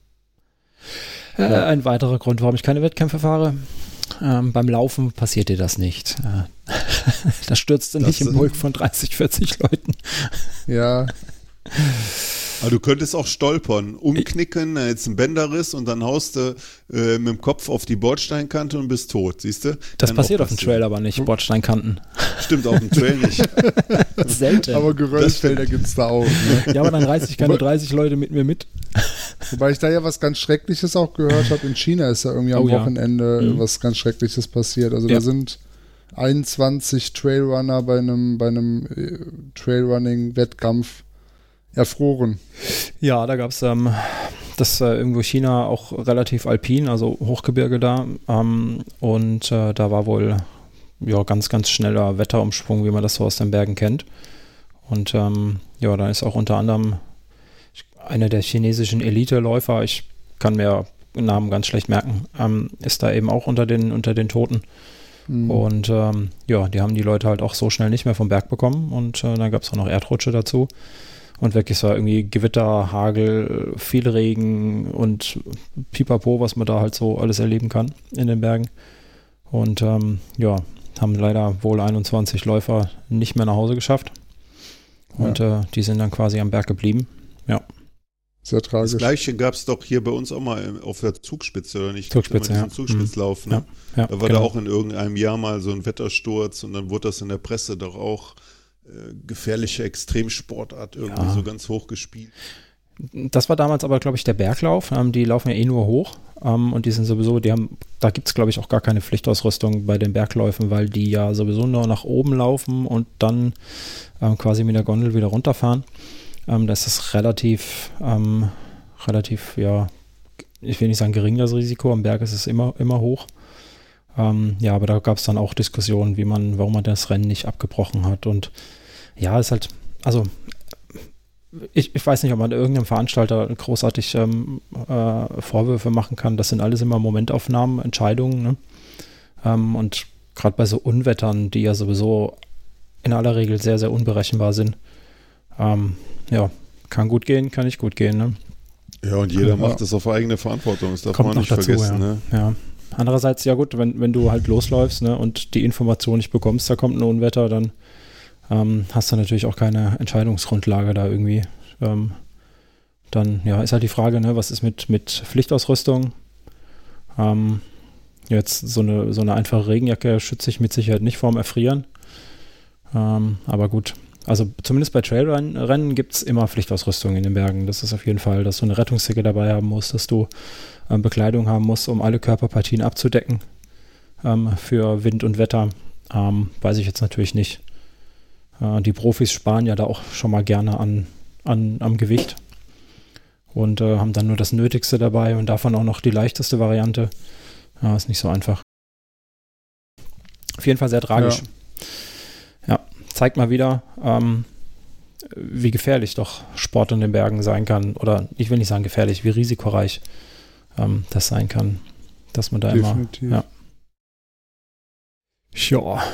Ein weiterer Grund, warum ich keine Wettkämpfe fahre. Beim Laufen passiert dir das nicht. Da stürzt du nicht im Pulk von 30, 40 Leuten. Ja. Aber du könntest auch stolpern, umknicken, jetzt ein Bänderriss und dann haust du mit dem Kopf auf die Bordsteinkante und bist tot, siehst du? Das passiert auf dem Trail aber nicht, Bordsteinkanten. Stimmt, auf dem Trail nicht. Selten. Aber Geröllfelder gibt es da auch. Ne? Ja, aber dann reiße ich keine 30 Leute mit mir mit. Wobei ich da ja was ganz Schreckliches auch gehört habe. In China ist ja irgendwie am Wochenende was ganz Schreckliches passiert. Also da sind 21 Trailrunner bei einem Trailrunning-Wettkampf erfroren. Ja, da gab es das irgendwo China auch relativ alpin, also Hochgebirge da. Und da war wohl ganz, ganz schneller Wetterumschwung, wie man das so aus den Bergen kennt. Und da ist auch unter anderem einer der chinesischen Elite-Läufer, ich kann mir den Namen ganz schlecht merken, ist da eben auch unter den Toten. Mhm. Und die haben die Leute halt auch so schnell nicht mehr vom Berg bekommen. Und dann gab es auch noch Erdrutsche dazu. Und wirklich war irgendwie Gewitter, Hagel, viel Regen und Pipapo, was man da halt so alles erleben kann in den Bergen. Und haben leider wohl 21 Läufer nicht mehr nach Hause geschafft. Und die sind dann quasi am Berg geblieben. Ja. Sehr tragisch. Das Gleiche gab es doch hier bei uns auch mal auf der Zugspitze, oder nicht? Zugspitze, Zugspitzlauf, ne? Ja, da war da auch in irgendeinem Jahr mal so ein Wettersturz und dann wurde das in der Presse doch auch gefährliche Extremsportart irgendwie so ganz hoch gespielt. Das war damals aber, glaube ich, der Berglauf. Die laufen ja nur hoch und die sind sowieso, da gibt es, glaube ich, auch gar keine Pflichtausrüstung bei den Bergläufen, weil die ja sowieso nur nach oben laufen und dann quasi mit der Gondel wieder runterfahren. Das ist relativ, ich will nicht sagen gering das Risiko, am Berg ist es immer hoch. Aber da gab es dann auch Diskussionen, warum man das Rennen nicht abgebrochen hat. Und ja, ist halt, also ich weiß nicht, ob man irgendeinem Veranstalter großartig Vorwürfe machen kann. Das sind alles immer Momentaufnahmen, Entscheidungen. Ne? Und gerade bei so Unwettern, die ja sowieso in aller Regel sehr, sehr unberechenbar sind, kann gut gehen, kann nicht gut gehen. Ne? Ja, und jeder macht das auf eigene Verantwortung. Das darf man nicht vergessen. Ne? Ja. Andererseits, ja gut, wenn du halt losläufst, ne, und die Information nicht bekommst, da kommt ein Unwetter, dann hast du natürlich auch keine Entscheidungsgrundlage da irgendwie. Dann ist halt die Frage, ne, was ist mit Pflichtausrüstung? Jetzt so eine einfache Regenjacke schützt sich mit Sicherheit nicht vorm Erfrieren. Aber gut, also zumindest bei Trailrennen gibt es immer Pflichtausrüstung in den Bergen. Das ist auf jeden Fall, dass du eine Rettungsdecke dabei haben musst, dass du Bekleidung haben musst, um alle Körperpartien abzudecken für Wind und Wetter. Weiß ich jetzt natürlich nicht. Die Profis sparen ja da auch schon mal gerne am Gewicht und haben dann nur das Nötigste dabei und davon auch noch die leichteste Variante. Ist nicht so einfach. Auf jeden Fall sehr tragisch. Ja, zeigt mal wieder, wie gefährlich doch Sport in den Bergen sein kann. Oder ich will nicht sagen gefährlich, wie risikoreich das sein kann, dass man da definitiv. immer. Tja.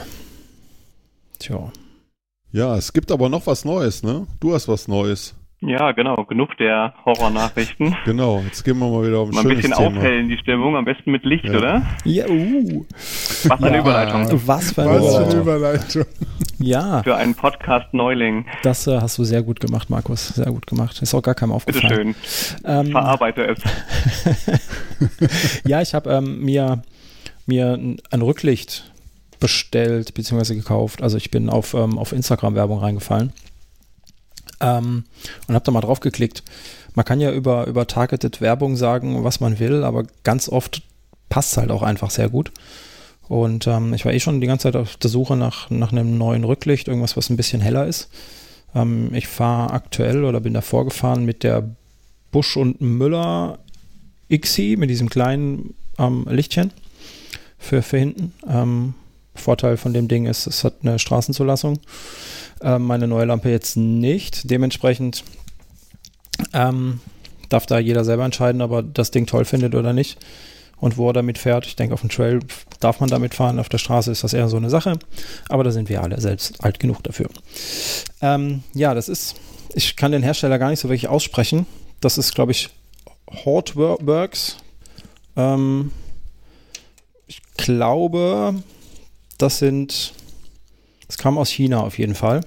Ja, es gibt aber noch was Neues, ne? Du hast was Neues. Ja, genau. Genug der Horrornachrichten. Genau, jetzt gehen wir mal wieder auf ein schönes Thema. Mal ein bisschen aufhellen die Stimmung, am besten mit Licht, oder? Ja, Was eine Überleitung. Was für eine Überleitung. Ja. Für einen Podcast-Neuling. Das hast du sehr gut gemacht, Markus. Sehr gut gemacht. Ist auch gar keinem aufgefallen. Bitteschön. Verarbeite es. Ja, ich habe mir ein Rücklicht bestellt bzw. gekauft. Also ich bin auf Instagram-Werbung reingefallen und habe da mal drauf geklickt. Man kann ja über Targeted Werbung sagen, was man will, aber ganz oft passt es halt auch einfach sehr gut. Und ich war schon die ganze Zeit auf der Suche nach einem neuen Rücklicht, irgendwas, was ein bisschen heller ist. Ich fahre aktuell oder bin davor gefahren mit der Busch und Müller XI, mit diesem kleinen Lichtchen für hinten. Vorteil von dem Ding ist, es hat eine Straßenzulassung. Meine neue Lampe jetzt nicht. Dementsprechend darf da jeder selber entscheiden, ob er das Ding toll findet oder nicht und wo er damit fährt. Ich denke, auf dem Trail darf man damit fahren, auf der Straße ist das eher so eine Sache, aber da sind wir alle selbst alt genug dafür. Ja, ich kann den Hersteller gar nicht so wirklich aussprechen. Das ist, glaube ich, Hortworks. Ich glaube, das kam aus China auf jeden Fall.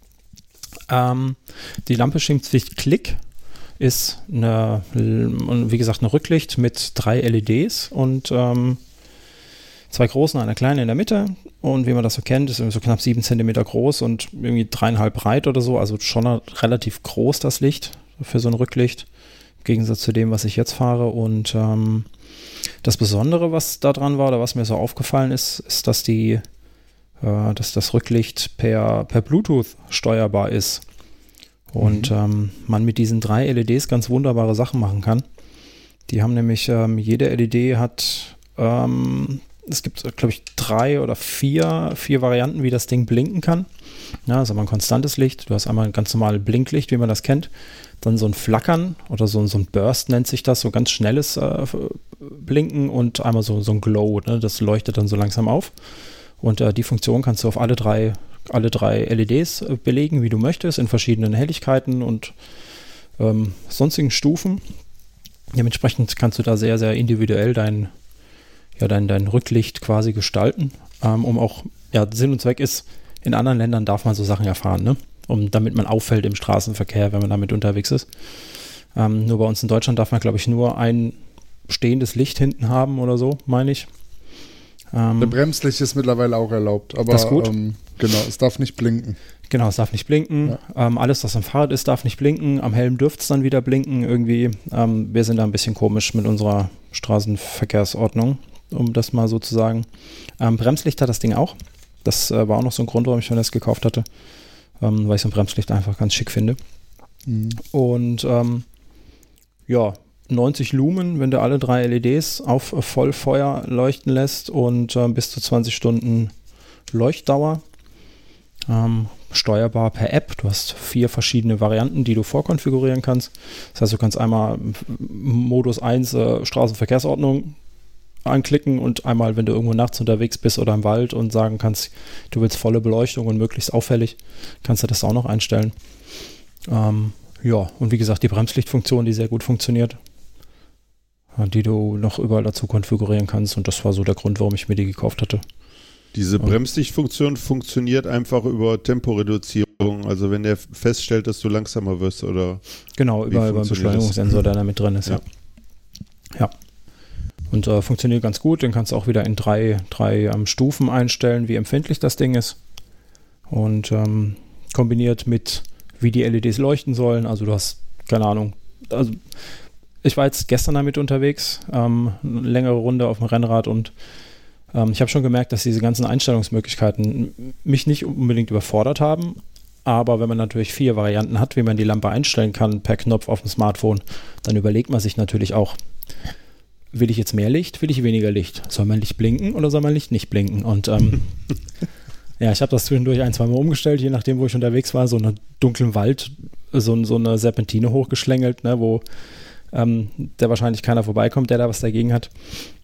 Die Lampe schimpft sich Klick, ist wie gesagt, ein Rücklicht mit 3 LEDs und 2 großen, einer kleinen in der Mitte. Und wie man das so kennt, ist irgendwie so knapp 7 cm groß und irgendwie 3,5 breit oder so. Also schon relativ groß das Licht für so ein Rücklicht, im Gegensatz zu dem, was ich jetzt fahre. Und das Besondere, was da dran war oder was mir so aufgefallen ist, dass das Rücklicht per Bluetooth steuerbar ist. Und man mit diesen 3 LEDs ganz wunderbare Sachen machen kann. Die haben nämlich, jede LED hat, es gibt, glaube ich, 3 oder 4 Varianten, wie das Ding blinken kann. Ja, also ein konstantes Licht. Du hast einmal ein ganz normales Blinklicht, wie man das kennt. Dann so ein Flackern oder so ein Burst nennt sich das, so ganz schnelles Blinken und einmal so ein Glow, ne? Das leuchtet dann so langsam auf. Und die Funktion kannst du auf alle drei LEDs belegen, wie du möchtest, in verschiedenen Helligkeiten und sonstigen Stufen. Dementsprechend kannst du da sehr, sehr individuell dein Rücklicht quasi gestalten, um auch, Sinn und Zweck ist, in anderen Ländern darf man so Sachen erfahren, ne? Damit man auffällt im Straßenverkehr, wenn man damit unterwegs ist. Nur bei uns in Deutschland darf man, glaube ich, nur ein stehendes Licht hinten haben oder so, meine ich. Der Bremslicht ist mittlerweile auch erlaubt, aber das ist gut. Genau, es darf nicht blinken. Genau, es darf nicht blinken. Ja. Alles, was am Fahrrad ist, darf nicht blinken. Am Helm dürfte es dann wieder blinken irgendwie. Wir sind da ein bisschen komisch mit unserer Straßenverkehrsordnung, um das mal so zu sagen. Bremslicht hat das Ding auch. Das war auch noch so ein Grund, warum ich mir das gekauft hatte, weil ich so ein Bremslicht einfach ganz schick finde. Mhm. Und 90 Lumen, wenn du alle 3 LEDs auf Vollfeuer leuchten lässt und bis zu 20 Stunden Leuchtdauer. Steuerbar per App. Du hast 4 verschiedene Varianten, die du vorkonfigurieren kannst. Das heißt, du kannst einmal Modus 1 Straßenverkehrsordnung anklicken und einmal, wenn du irgendwo nachts unterwegs bist oder im Wald und sagen kannst, du willst volle Beleuchtung und möglichst auffällig, kannst du das auch noch einstellen. Und wie gesagt, die Bremslichtfunktion, die sehr gut funktioniert, die du noch überall dazu konfigurieren kannst, und das war so der Grund, warum ich mir die gekauft hatte. Diese Bremslichtfunktion funktioniert einfach über Temporeduzierung, also wenn der feststellt, dass du langsamer wirst, oder? Genau, über einen Beschleunigungssensor, der da mit drin ist, ja. Und funktioniert ganz gut, den kannst du auch wieder in 3 Stufen einstellen, wie empfindlich das Ding ist. Und kombiniert mit, wie die LEDs leuchten sollen, also du hast, keine Ahnung, also ich war jetzt gestern damit unterwegs, eine längere Runde auf dem Rennrad, und ich habe schon gemerkt, dass diese ganzen Einstellungsmöglichkeiten mich nicht unbedingt überfordert haben, aber wenn man natürlich 4 Varianten hat, wie man die Lampe einstellen kann per Knopf auf dem Smartphone, dann überlegt man sich natürlich auch, will ich jetzt mehr Licht, will ich weniger Licht? Soll mein Licht blinken oder soll mein Licht nicht blinken? Und ich habe das zwischendurch 1-2 Mal umgestellt, je nachdem, wo ich unterwegs war, so einen dunklen Wald, so eine Serpentine hochgeschlängelt, ne, wo der wahrscheinlich keiner vorbeikommt, der da was dagegen hat.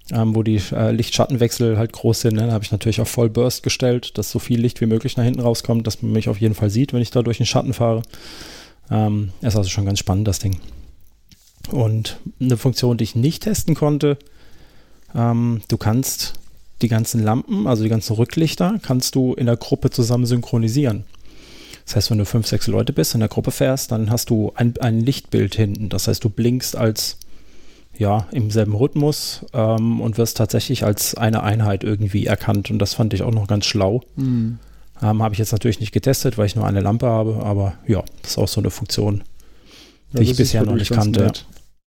wo die Licht-Schattenwechsel halt groß sind. Ne? Da habe ich natürlich auf Voll Burst gestellt, dass so viel Licht wie möglich nach hinten rauskommt, dass man mich auf jeden Fall sieht, wenn ich da durch den Schatten fahre. Ist also schon ganz spannend, das Ding. Und eine Funktion, die ich nicht testen konnte, du kannst die ganzen Lampen, also die ganzen Rücklichter, kannst du in der Gruppe zusammen synchronisieren. Das heißt, wenn du 5, 6 Leute bist, in der Gruppe fährst, dann hast du ein Lichtbild hinten. Das heißt, du blinkst im selben Rhythmus und wirst tatsächlich als eine Einheit irgendwie erkannt. Und das fand ich auch noch ganz schlau. Mhm. Habe ich jetzt natürlich nicht getestet, weil ich nur eine Lampe habe, aber ja, das ist auch so eine Funktion, die ich bisher noch nicht kannte. Nett.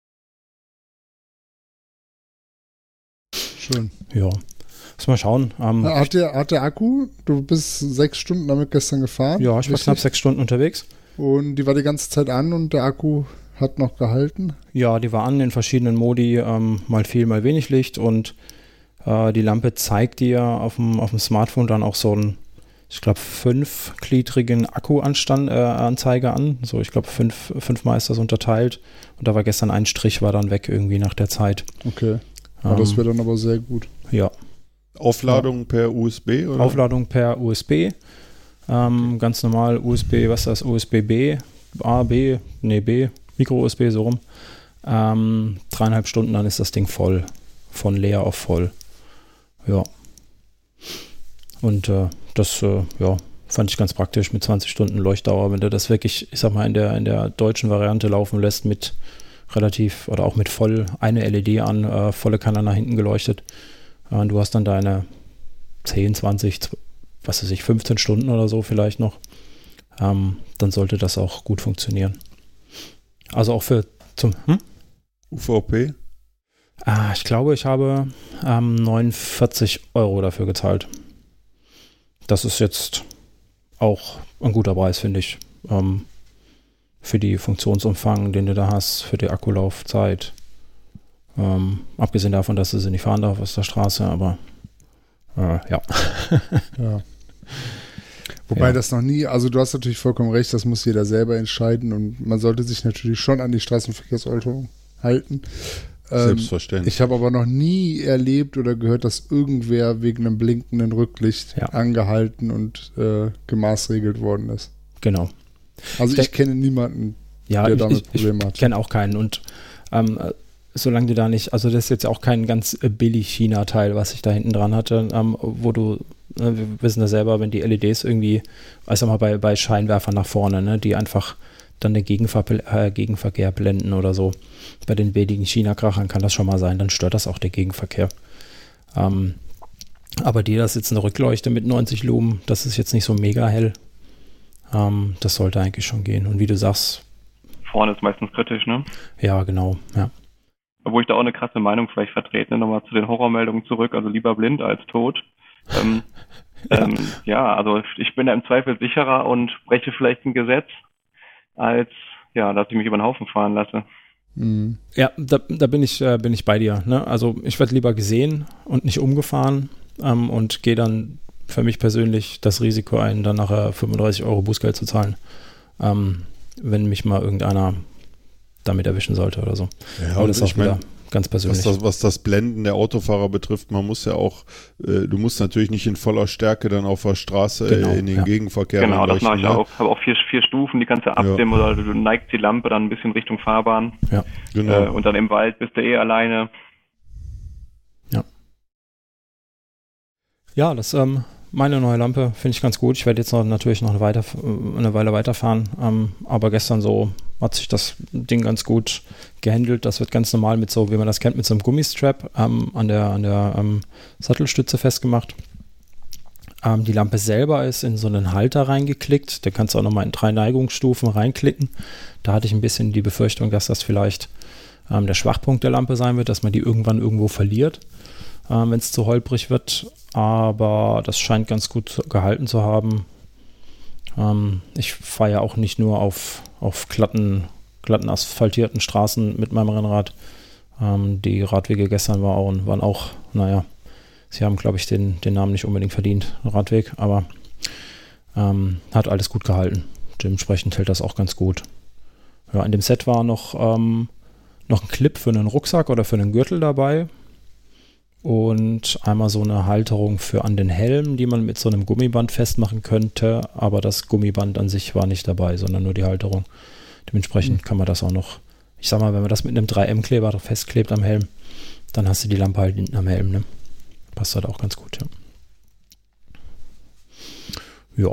Schön. Ja, muss mal schauen. Hat der Akku, du bist 6 Stunden damit gestern gefahren? Ja, ich war knapp 6 Stunden unterwegs. Und die war die ganze Zeit an und der Akku hat noch gehalten? Ja, die war an in verschiedenen Modi, mal viel, mal wenig Licht und die Lampe zeigt dir auf dem Smartphone dann auch so einen, ich glaube, 5-gliedrigen Akku-Anzeiger an. So, ich glaube, 5-mal ist das unterteilt. Und da war gestern ein Strich, war dann weg irgendwie nach der Zeit. Okay. Das wäre dann aber sehr gut. Ja. Aufladung per USB, oder? Aufladung per USB. Ganz normal USB, was ist das? USB-B, A, B, nee, B, Micro-USB, so rum. 3,5 Stunden, dann ist das Ding voll. Von leer auf voll. Ja. Und das fand ich ganz praktisch mit 20 Stunden Leuchtdauer, wenn du das wirklich, ich sag mal, in der deutschen Variante laufen lässt mit relativ oder auch mit voll eine LED an, volle Kanne nach hinten geleuchtet. Und du hast dann deine 10, 20, 15 Stunden oder so vielleicht noch. Dann sollte das auch gut funktionieren. Also auch UVP? Ich glaube, ich habe 49 € dafür gezahlt. Das ist jetzt auch ein guter Preis, finde ich. Für die Funktionsumfang, den du da hast, für die Akkulaufzeit. Abgesehen davon, dass du sie nicht fahren darf aus der Straße, aber ja. Ja. Wobei das noch nie, also du hast natürlich vollkommen recht, das muss jeder selber entscheiden und man sollte sich natürlich schon an die Straßenverkehrsordnung halten. Selbstverständlich. Ich habe aber noch nie erlebt oder gehört, dass irgendwer wegen einem blinkenden Rücklicht angehalten und gemaßregelt worden ist. Genau. Also ich kenne niemanden, der damit Probleme hat. Ich kenne auch keinen und solange du da nicht, also das ist jetzt auch kein ganz billig China-Teil, was ich da hinten dran hatte, wo du, wir wissen das selber, wenn die LEDs irgendwie, also mal bei Scheinwerfern nach vorne, ne, die einfach dann den Gegenverkehr blenden oder so. Bei den wenigen China-Krachern kann das schon mal sein, dann stört das auch den Gegenverkehr. Aber das ist jetzt eine Rückleuchte mit 90 Lumen, das ist jetzt nicht so mega hell. Das sollte eigentlich schon gehen. Und wie du sagst... Vorne ist meistens kritisch, ne? Ja, genau, ja. Obwohl ich da auch eine krasse Meinung vielleicht vertrete, ne? Nochmal zu den Horrormeldungen zurück, also lieber blind als tot. Also ich bin da im Zweifel sicherer und breche vielleicht ein Gesetz, als dass ich mich über den Haufen fahren lasse. Mhm. Ja, da bin ich bei dir. Ne? Also ich werde lieber gesehen und nicht umgefahren und gehe dann für mich persönlich das Risiko ein, dann nachher 35 € Bußgeld zu zahlen, wenn mich mal irgendeiner damit erwischen sollte oder so. Ja, aber das ist auch wieder ganz persönlich. Was das Blenden der Autofahrer betrifft, man muss ja auch, du musst natürlich nicht in voller Stärke dann auf der Straße in den Gegenverkehr Genau, das mache ich auch. Ich habe auch 4 Stufen, die kannst du abdimmen oder du neigst die Lampe dann ein bisschen Richtung Fahrbahn. Ja, genau. Und dann im Wald bist du alleine. Ja. Ja, das meine neue Lampe finde ich ganz gut. Ich werde jetzt natürlich noch eine Weile weiterfahren. Aber gestern so hat sich das Ding ganz gut gehandelt. Das wird ganz normal mit so, wie man das kennt, mit so einem Gummistrap an der Sattelstütze festgemacht. Die Lampe selber ist in so einen Halter reingeklickt. Da kannst du auch nochmal in 3 Neigungsstufen reinklicken. Da hatte ich ein bisschen die Befürchtung, dass das vielleicht der Schwachpunkt der Lampe sein wird, dass man die irgendwann irgendwo verliert, wenn es zu holprig wird. Aber das scheint ganz gut gehalten zu haben. Ich fahre ja auch nicht nur auf glatten asphaltierten Straßen mit meinem Rennrad. Die Radwege gestern waren auch, sie haben, glaube ich, den Namen nicht unbedingt verdient, Radweg, aber hat alles gut gehalten. Dementsprechend hält das auch ganz gut. Ja, in dem Set war noch ein Clip für einen Rucksack oder für einen Gürtel dabei. und einmal so eine Halterung für an den Helm, die man mit so einem Gummiband festmachen könnte, aber das Gummiband an sich war nicht dabei, sondern nur die Halterung. Dementsprechend kann man das auch noch, ich sag mal, wenn man das mit einem 3M-Kleber festklebt am Helm, dann hast du die Lampe halt hinten am Helm, ne? Passt halt auch ganz gut, ja. Ja.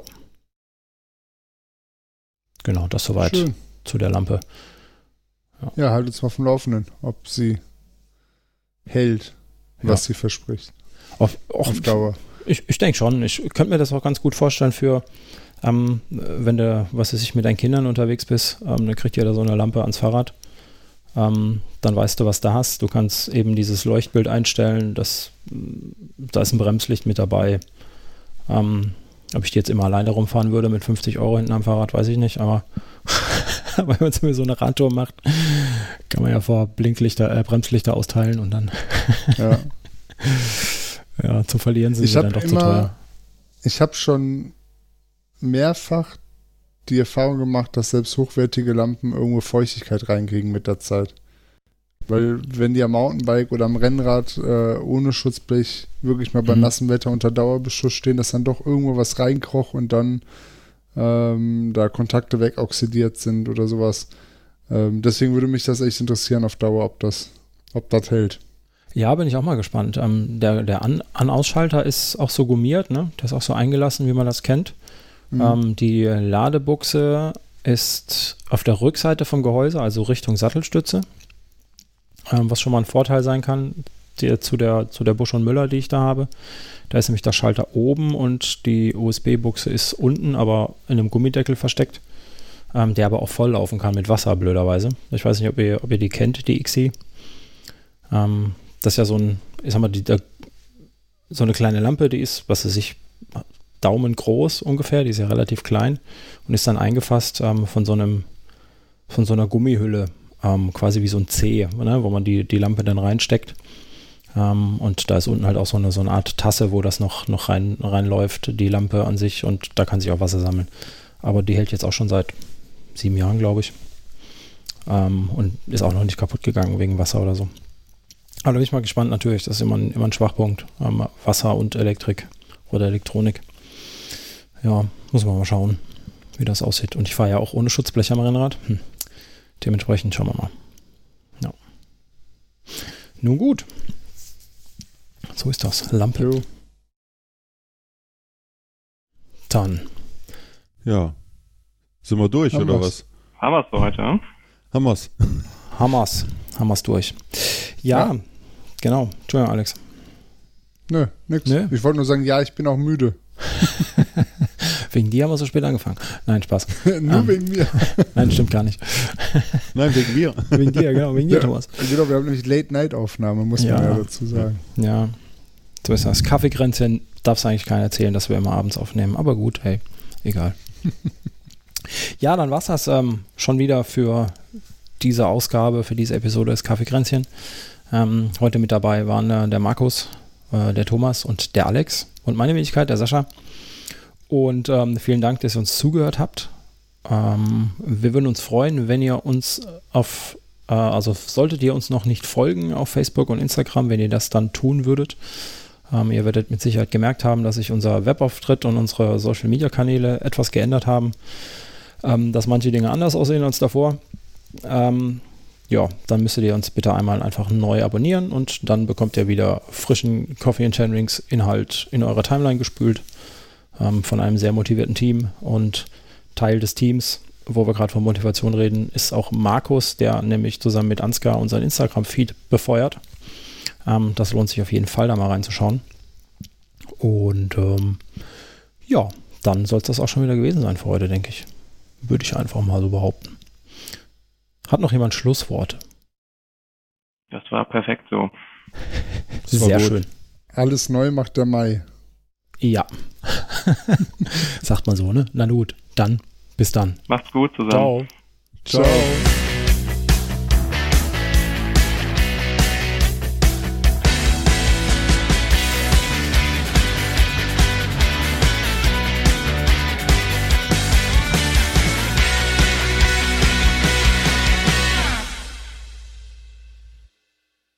Genau, das soweit Schön. zu der Lampe. Ja, halt uns mal vom Laufenden, ob sie hält, was sie verspricht. Auf Dauer. Ich denke schon. Ich könnte mir das auch ganz gut vorstellen für, wenn du, was weiß ich, mit deinen Kindern unterwegs bist, dann kriegt ihr da so eine Lampe ans Fahrrad. Dann weißt du, was du hast. Du kannst eben dieses Leuchtbild einstellen. Da ist ein Bremslicht mit dabei. Ob ich die jetzt immer alleine rumfahren würde mit 50 € hinten am Fahrrad, weiß ich nicht. Aber wenn man so eine Radtour macht, kann man ja vor Bremslichter austeilen und dann ja, zu verlieren sind sie dann doch zu teuer. Ich habe schon mehrfach die Erfahrung gemacht, dass selbst hochwertige Lampen irgendwo Feuchtigkeit reinkriegen mit der Zeit. Weil wenn die am Mountainbike oder am Rennrad ohne Schutzblech wirklich mal bei nassem Wetter unter Dauerbeschuss stehen, dass dann doch irgendwo was reinkroch und dann da Kontakte wegoxidiert sind oder sowas. Deswegen würde mich das echt interessieren auf Dauer, ob das hält. Ja, bin ich auch mal gespannt. Der An-Ausschalter ist auch so gummiert, ne? Der ist auch so eingelassen, wie man das kennt. Die Ladebuchse ist auf der Rückseite vom Gehäuse, also Richtung Sattelstütze. Was schon mal ein Vorteil sein kann, zu der Busch und Müller, die ich da habe. Da ist nämlich der Schalter oben und die USB-Buchse ist unten, aber in einem Gummideckel versteckt, der aber auch voll laufen kann mit Wasser, blöderweise. Ich weiß nicht, ob ihr die kennt, die XI. Das ist ja so so eine kleine Lampe, die ist, was weiß ich, Daumen groß ungefähr, die ist ja relativ klein und ist dann eingefasst von so einer Gummihülle, quasi wie so ein C, ne, wo man die Lampe dann reinsteckt. Und da ist unten halt auch so eine Art Tasse, wo das noch reinläuft, die Lampe an sich, und da kann sich auch Wasser sammeln. Aber die hält jetzt auch schon seit 7 Jahren, glaube ich. Und ist auch noch nicht kaputt gegangen wegen Wasser oder so. Aber da bin ich mal gespannt natürlich, das ist immer ein Schwachpunkt. Wasser und Elektrik oder Elektronik. Ja, muss man mal schauen, wie das aussieht. Und ich fahre ja auch ohne Schutzblech am Rennrad. Dementsprechend schauen wir mal. Ja. Nun gut. So ist das. Lampe. Jo. Dann. Ja. Sind wir durch, oder was? Haben wir es für heute? Haben wir's durch. Ja, genau. Entschuldigung, Alex. Nö, nix. Nö? Ich wollte nur sagen, ja, ich bin auch müde. Wegen dir haben wir so spät angefangen. Nein, Spaß. Nur wegen mir. Nein, stimmt gar nicht. Nein, wegen mir. Wegen dir, genau, wegen dir, Thomas. Genau, wir haben nämlich Late-Night-Aufnahme, muss man ja dazu sagen. Ja, so ist das. Kaffeekränzchen darf es eigentlich keiner erzählen, dass wir immer abends aufnehmen. Aber gut, hey, egal. Ja, dann war es das schon wieder für diese Ausgabe, für diese Episode des Kaffeekränzchen. Heute mit dabei waren der Markus, der Thomas und der Alex und meine Wenigkeit, der Sascha. Und vielen Dank, dass ihr uns zugehört habt. Wir würden uns freuen, wenn ihr uns also solltet ihr uns noch nicht folgen auf Facebook und Instagram, wenn ihr das dann tun würdet. Ihr werdet mit Sicherheit gemerkt haben, dass sich unser Webauftritt und unsere Social-Media-Kanäle etwas geändert haben, dass manche Dinge anders aussehen als davor. Ja, dann müsstet ihr uns bitte einmal einfach neu abonnieren und dann bekommt ihr wieder frischen Coffee and Chainrings Inhalt in eure Timeline gespült von einem sehr motivierten Team, und Teil des Teams, wo wir gerade von Motivation reden, ist auch Markus, der nämlich zusammen mit Ansgar unseren Instagram-Feed befeuert. Das lohnt sich auf jeden Fall, da mal reinzuschauen. Und ja, dann soll es das auch schon wieder gewesen sein für heute, denke ich. Würde ich einfach mal so behaupten. Hat noch jemand Schlussworte? Das war perfekt so. Sehr schön. Alles neu macht der Mai. Ja. Sagt man so, ne? Na gut, dann bis dann. Macht's gut zusammen. Ciao. Ciao.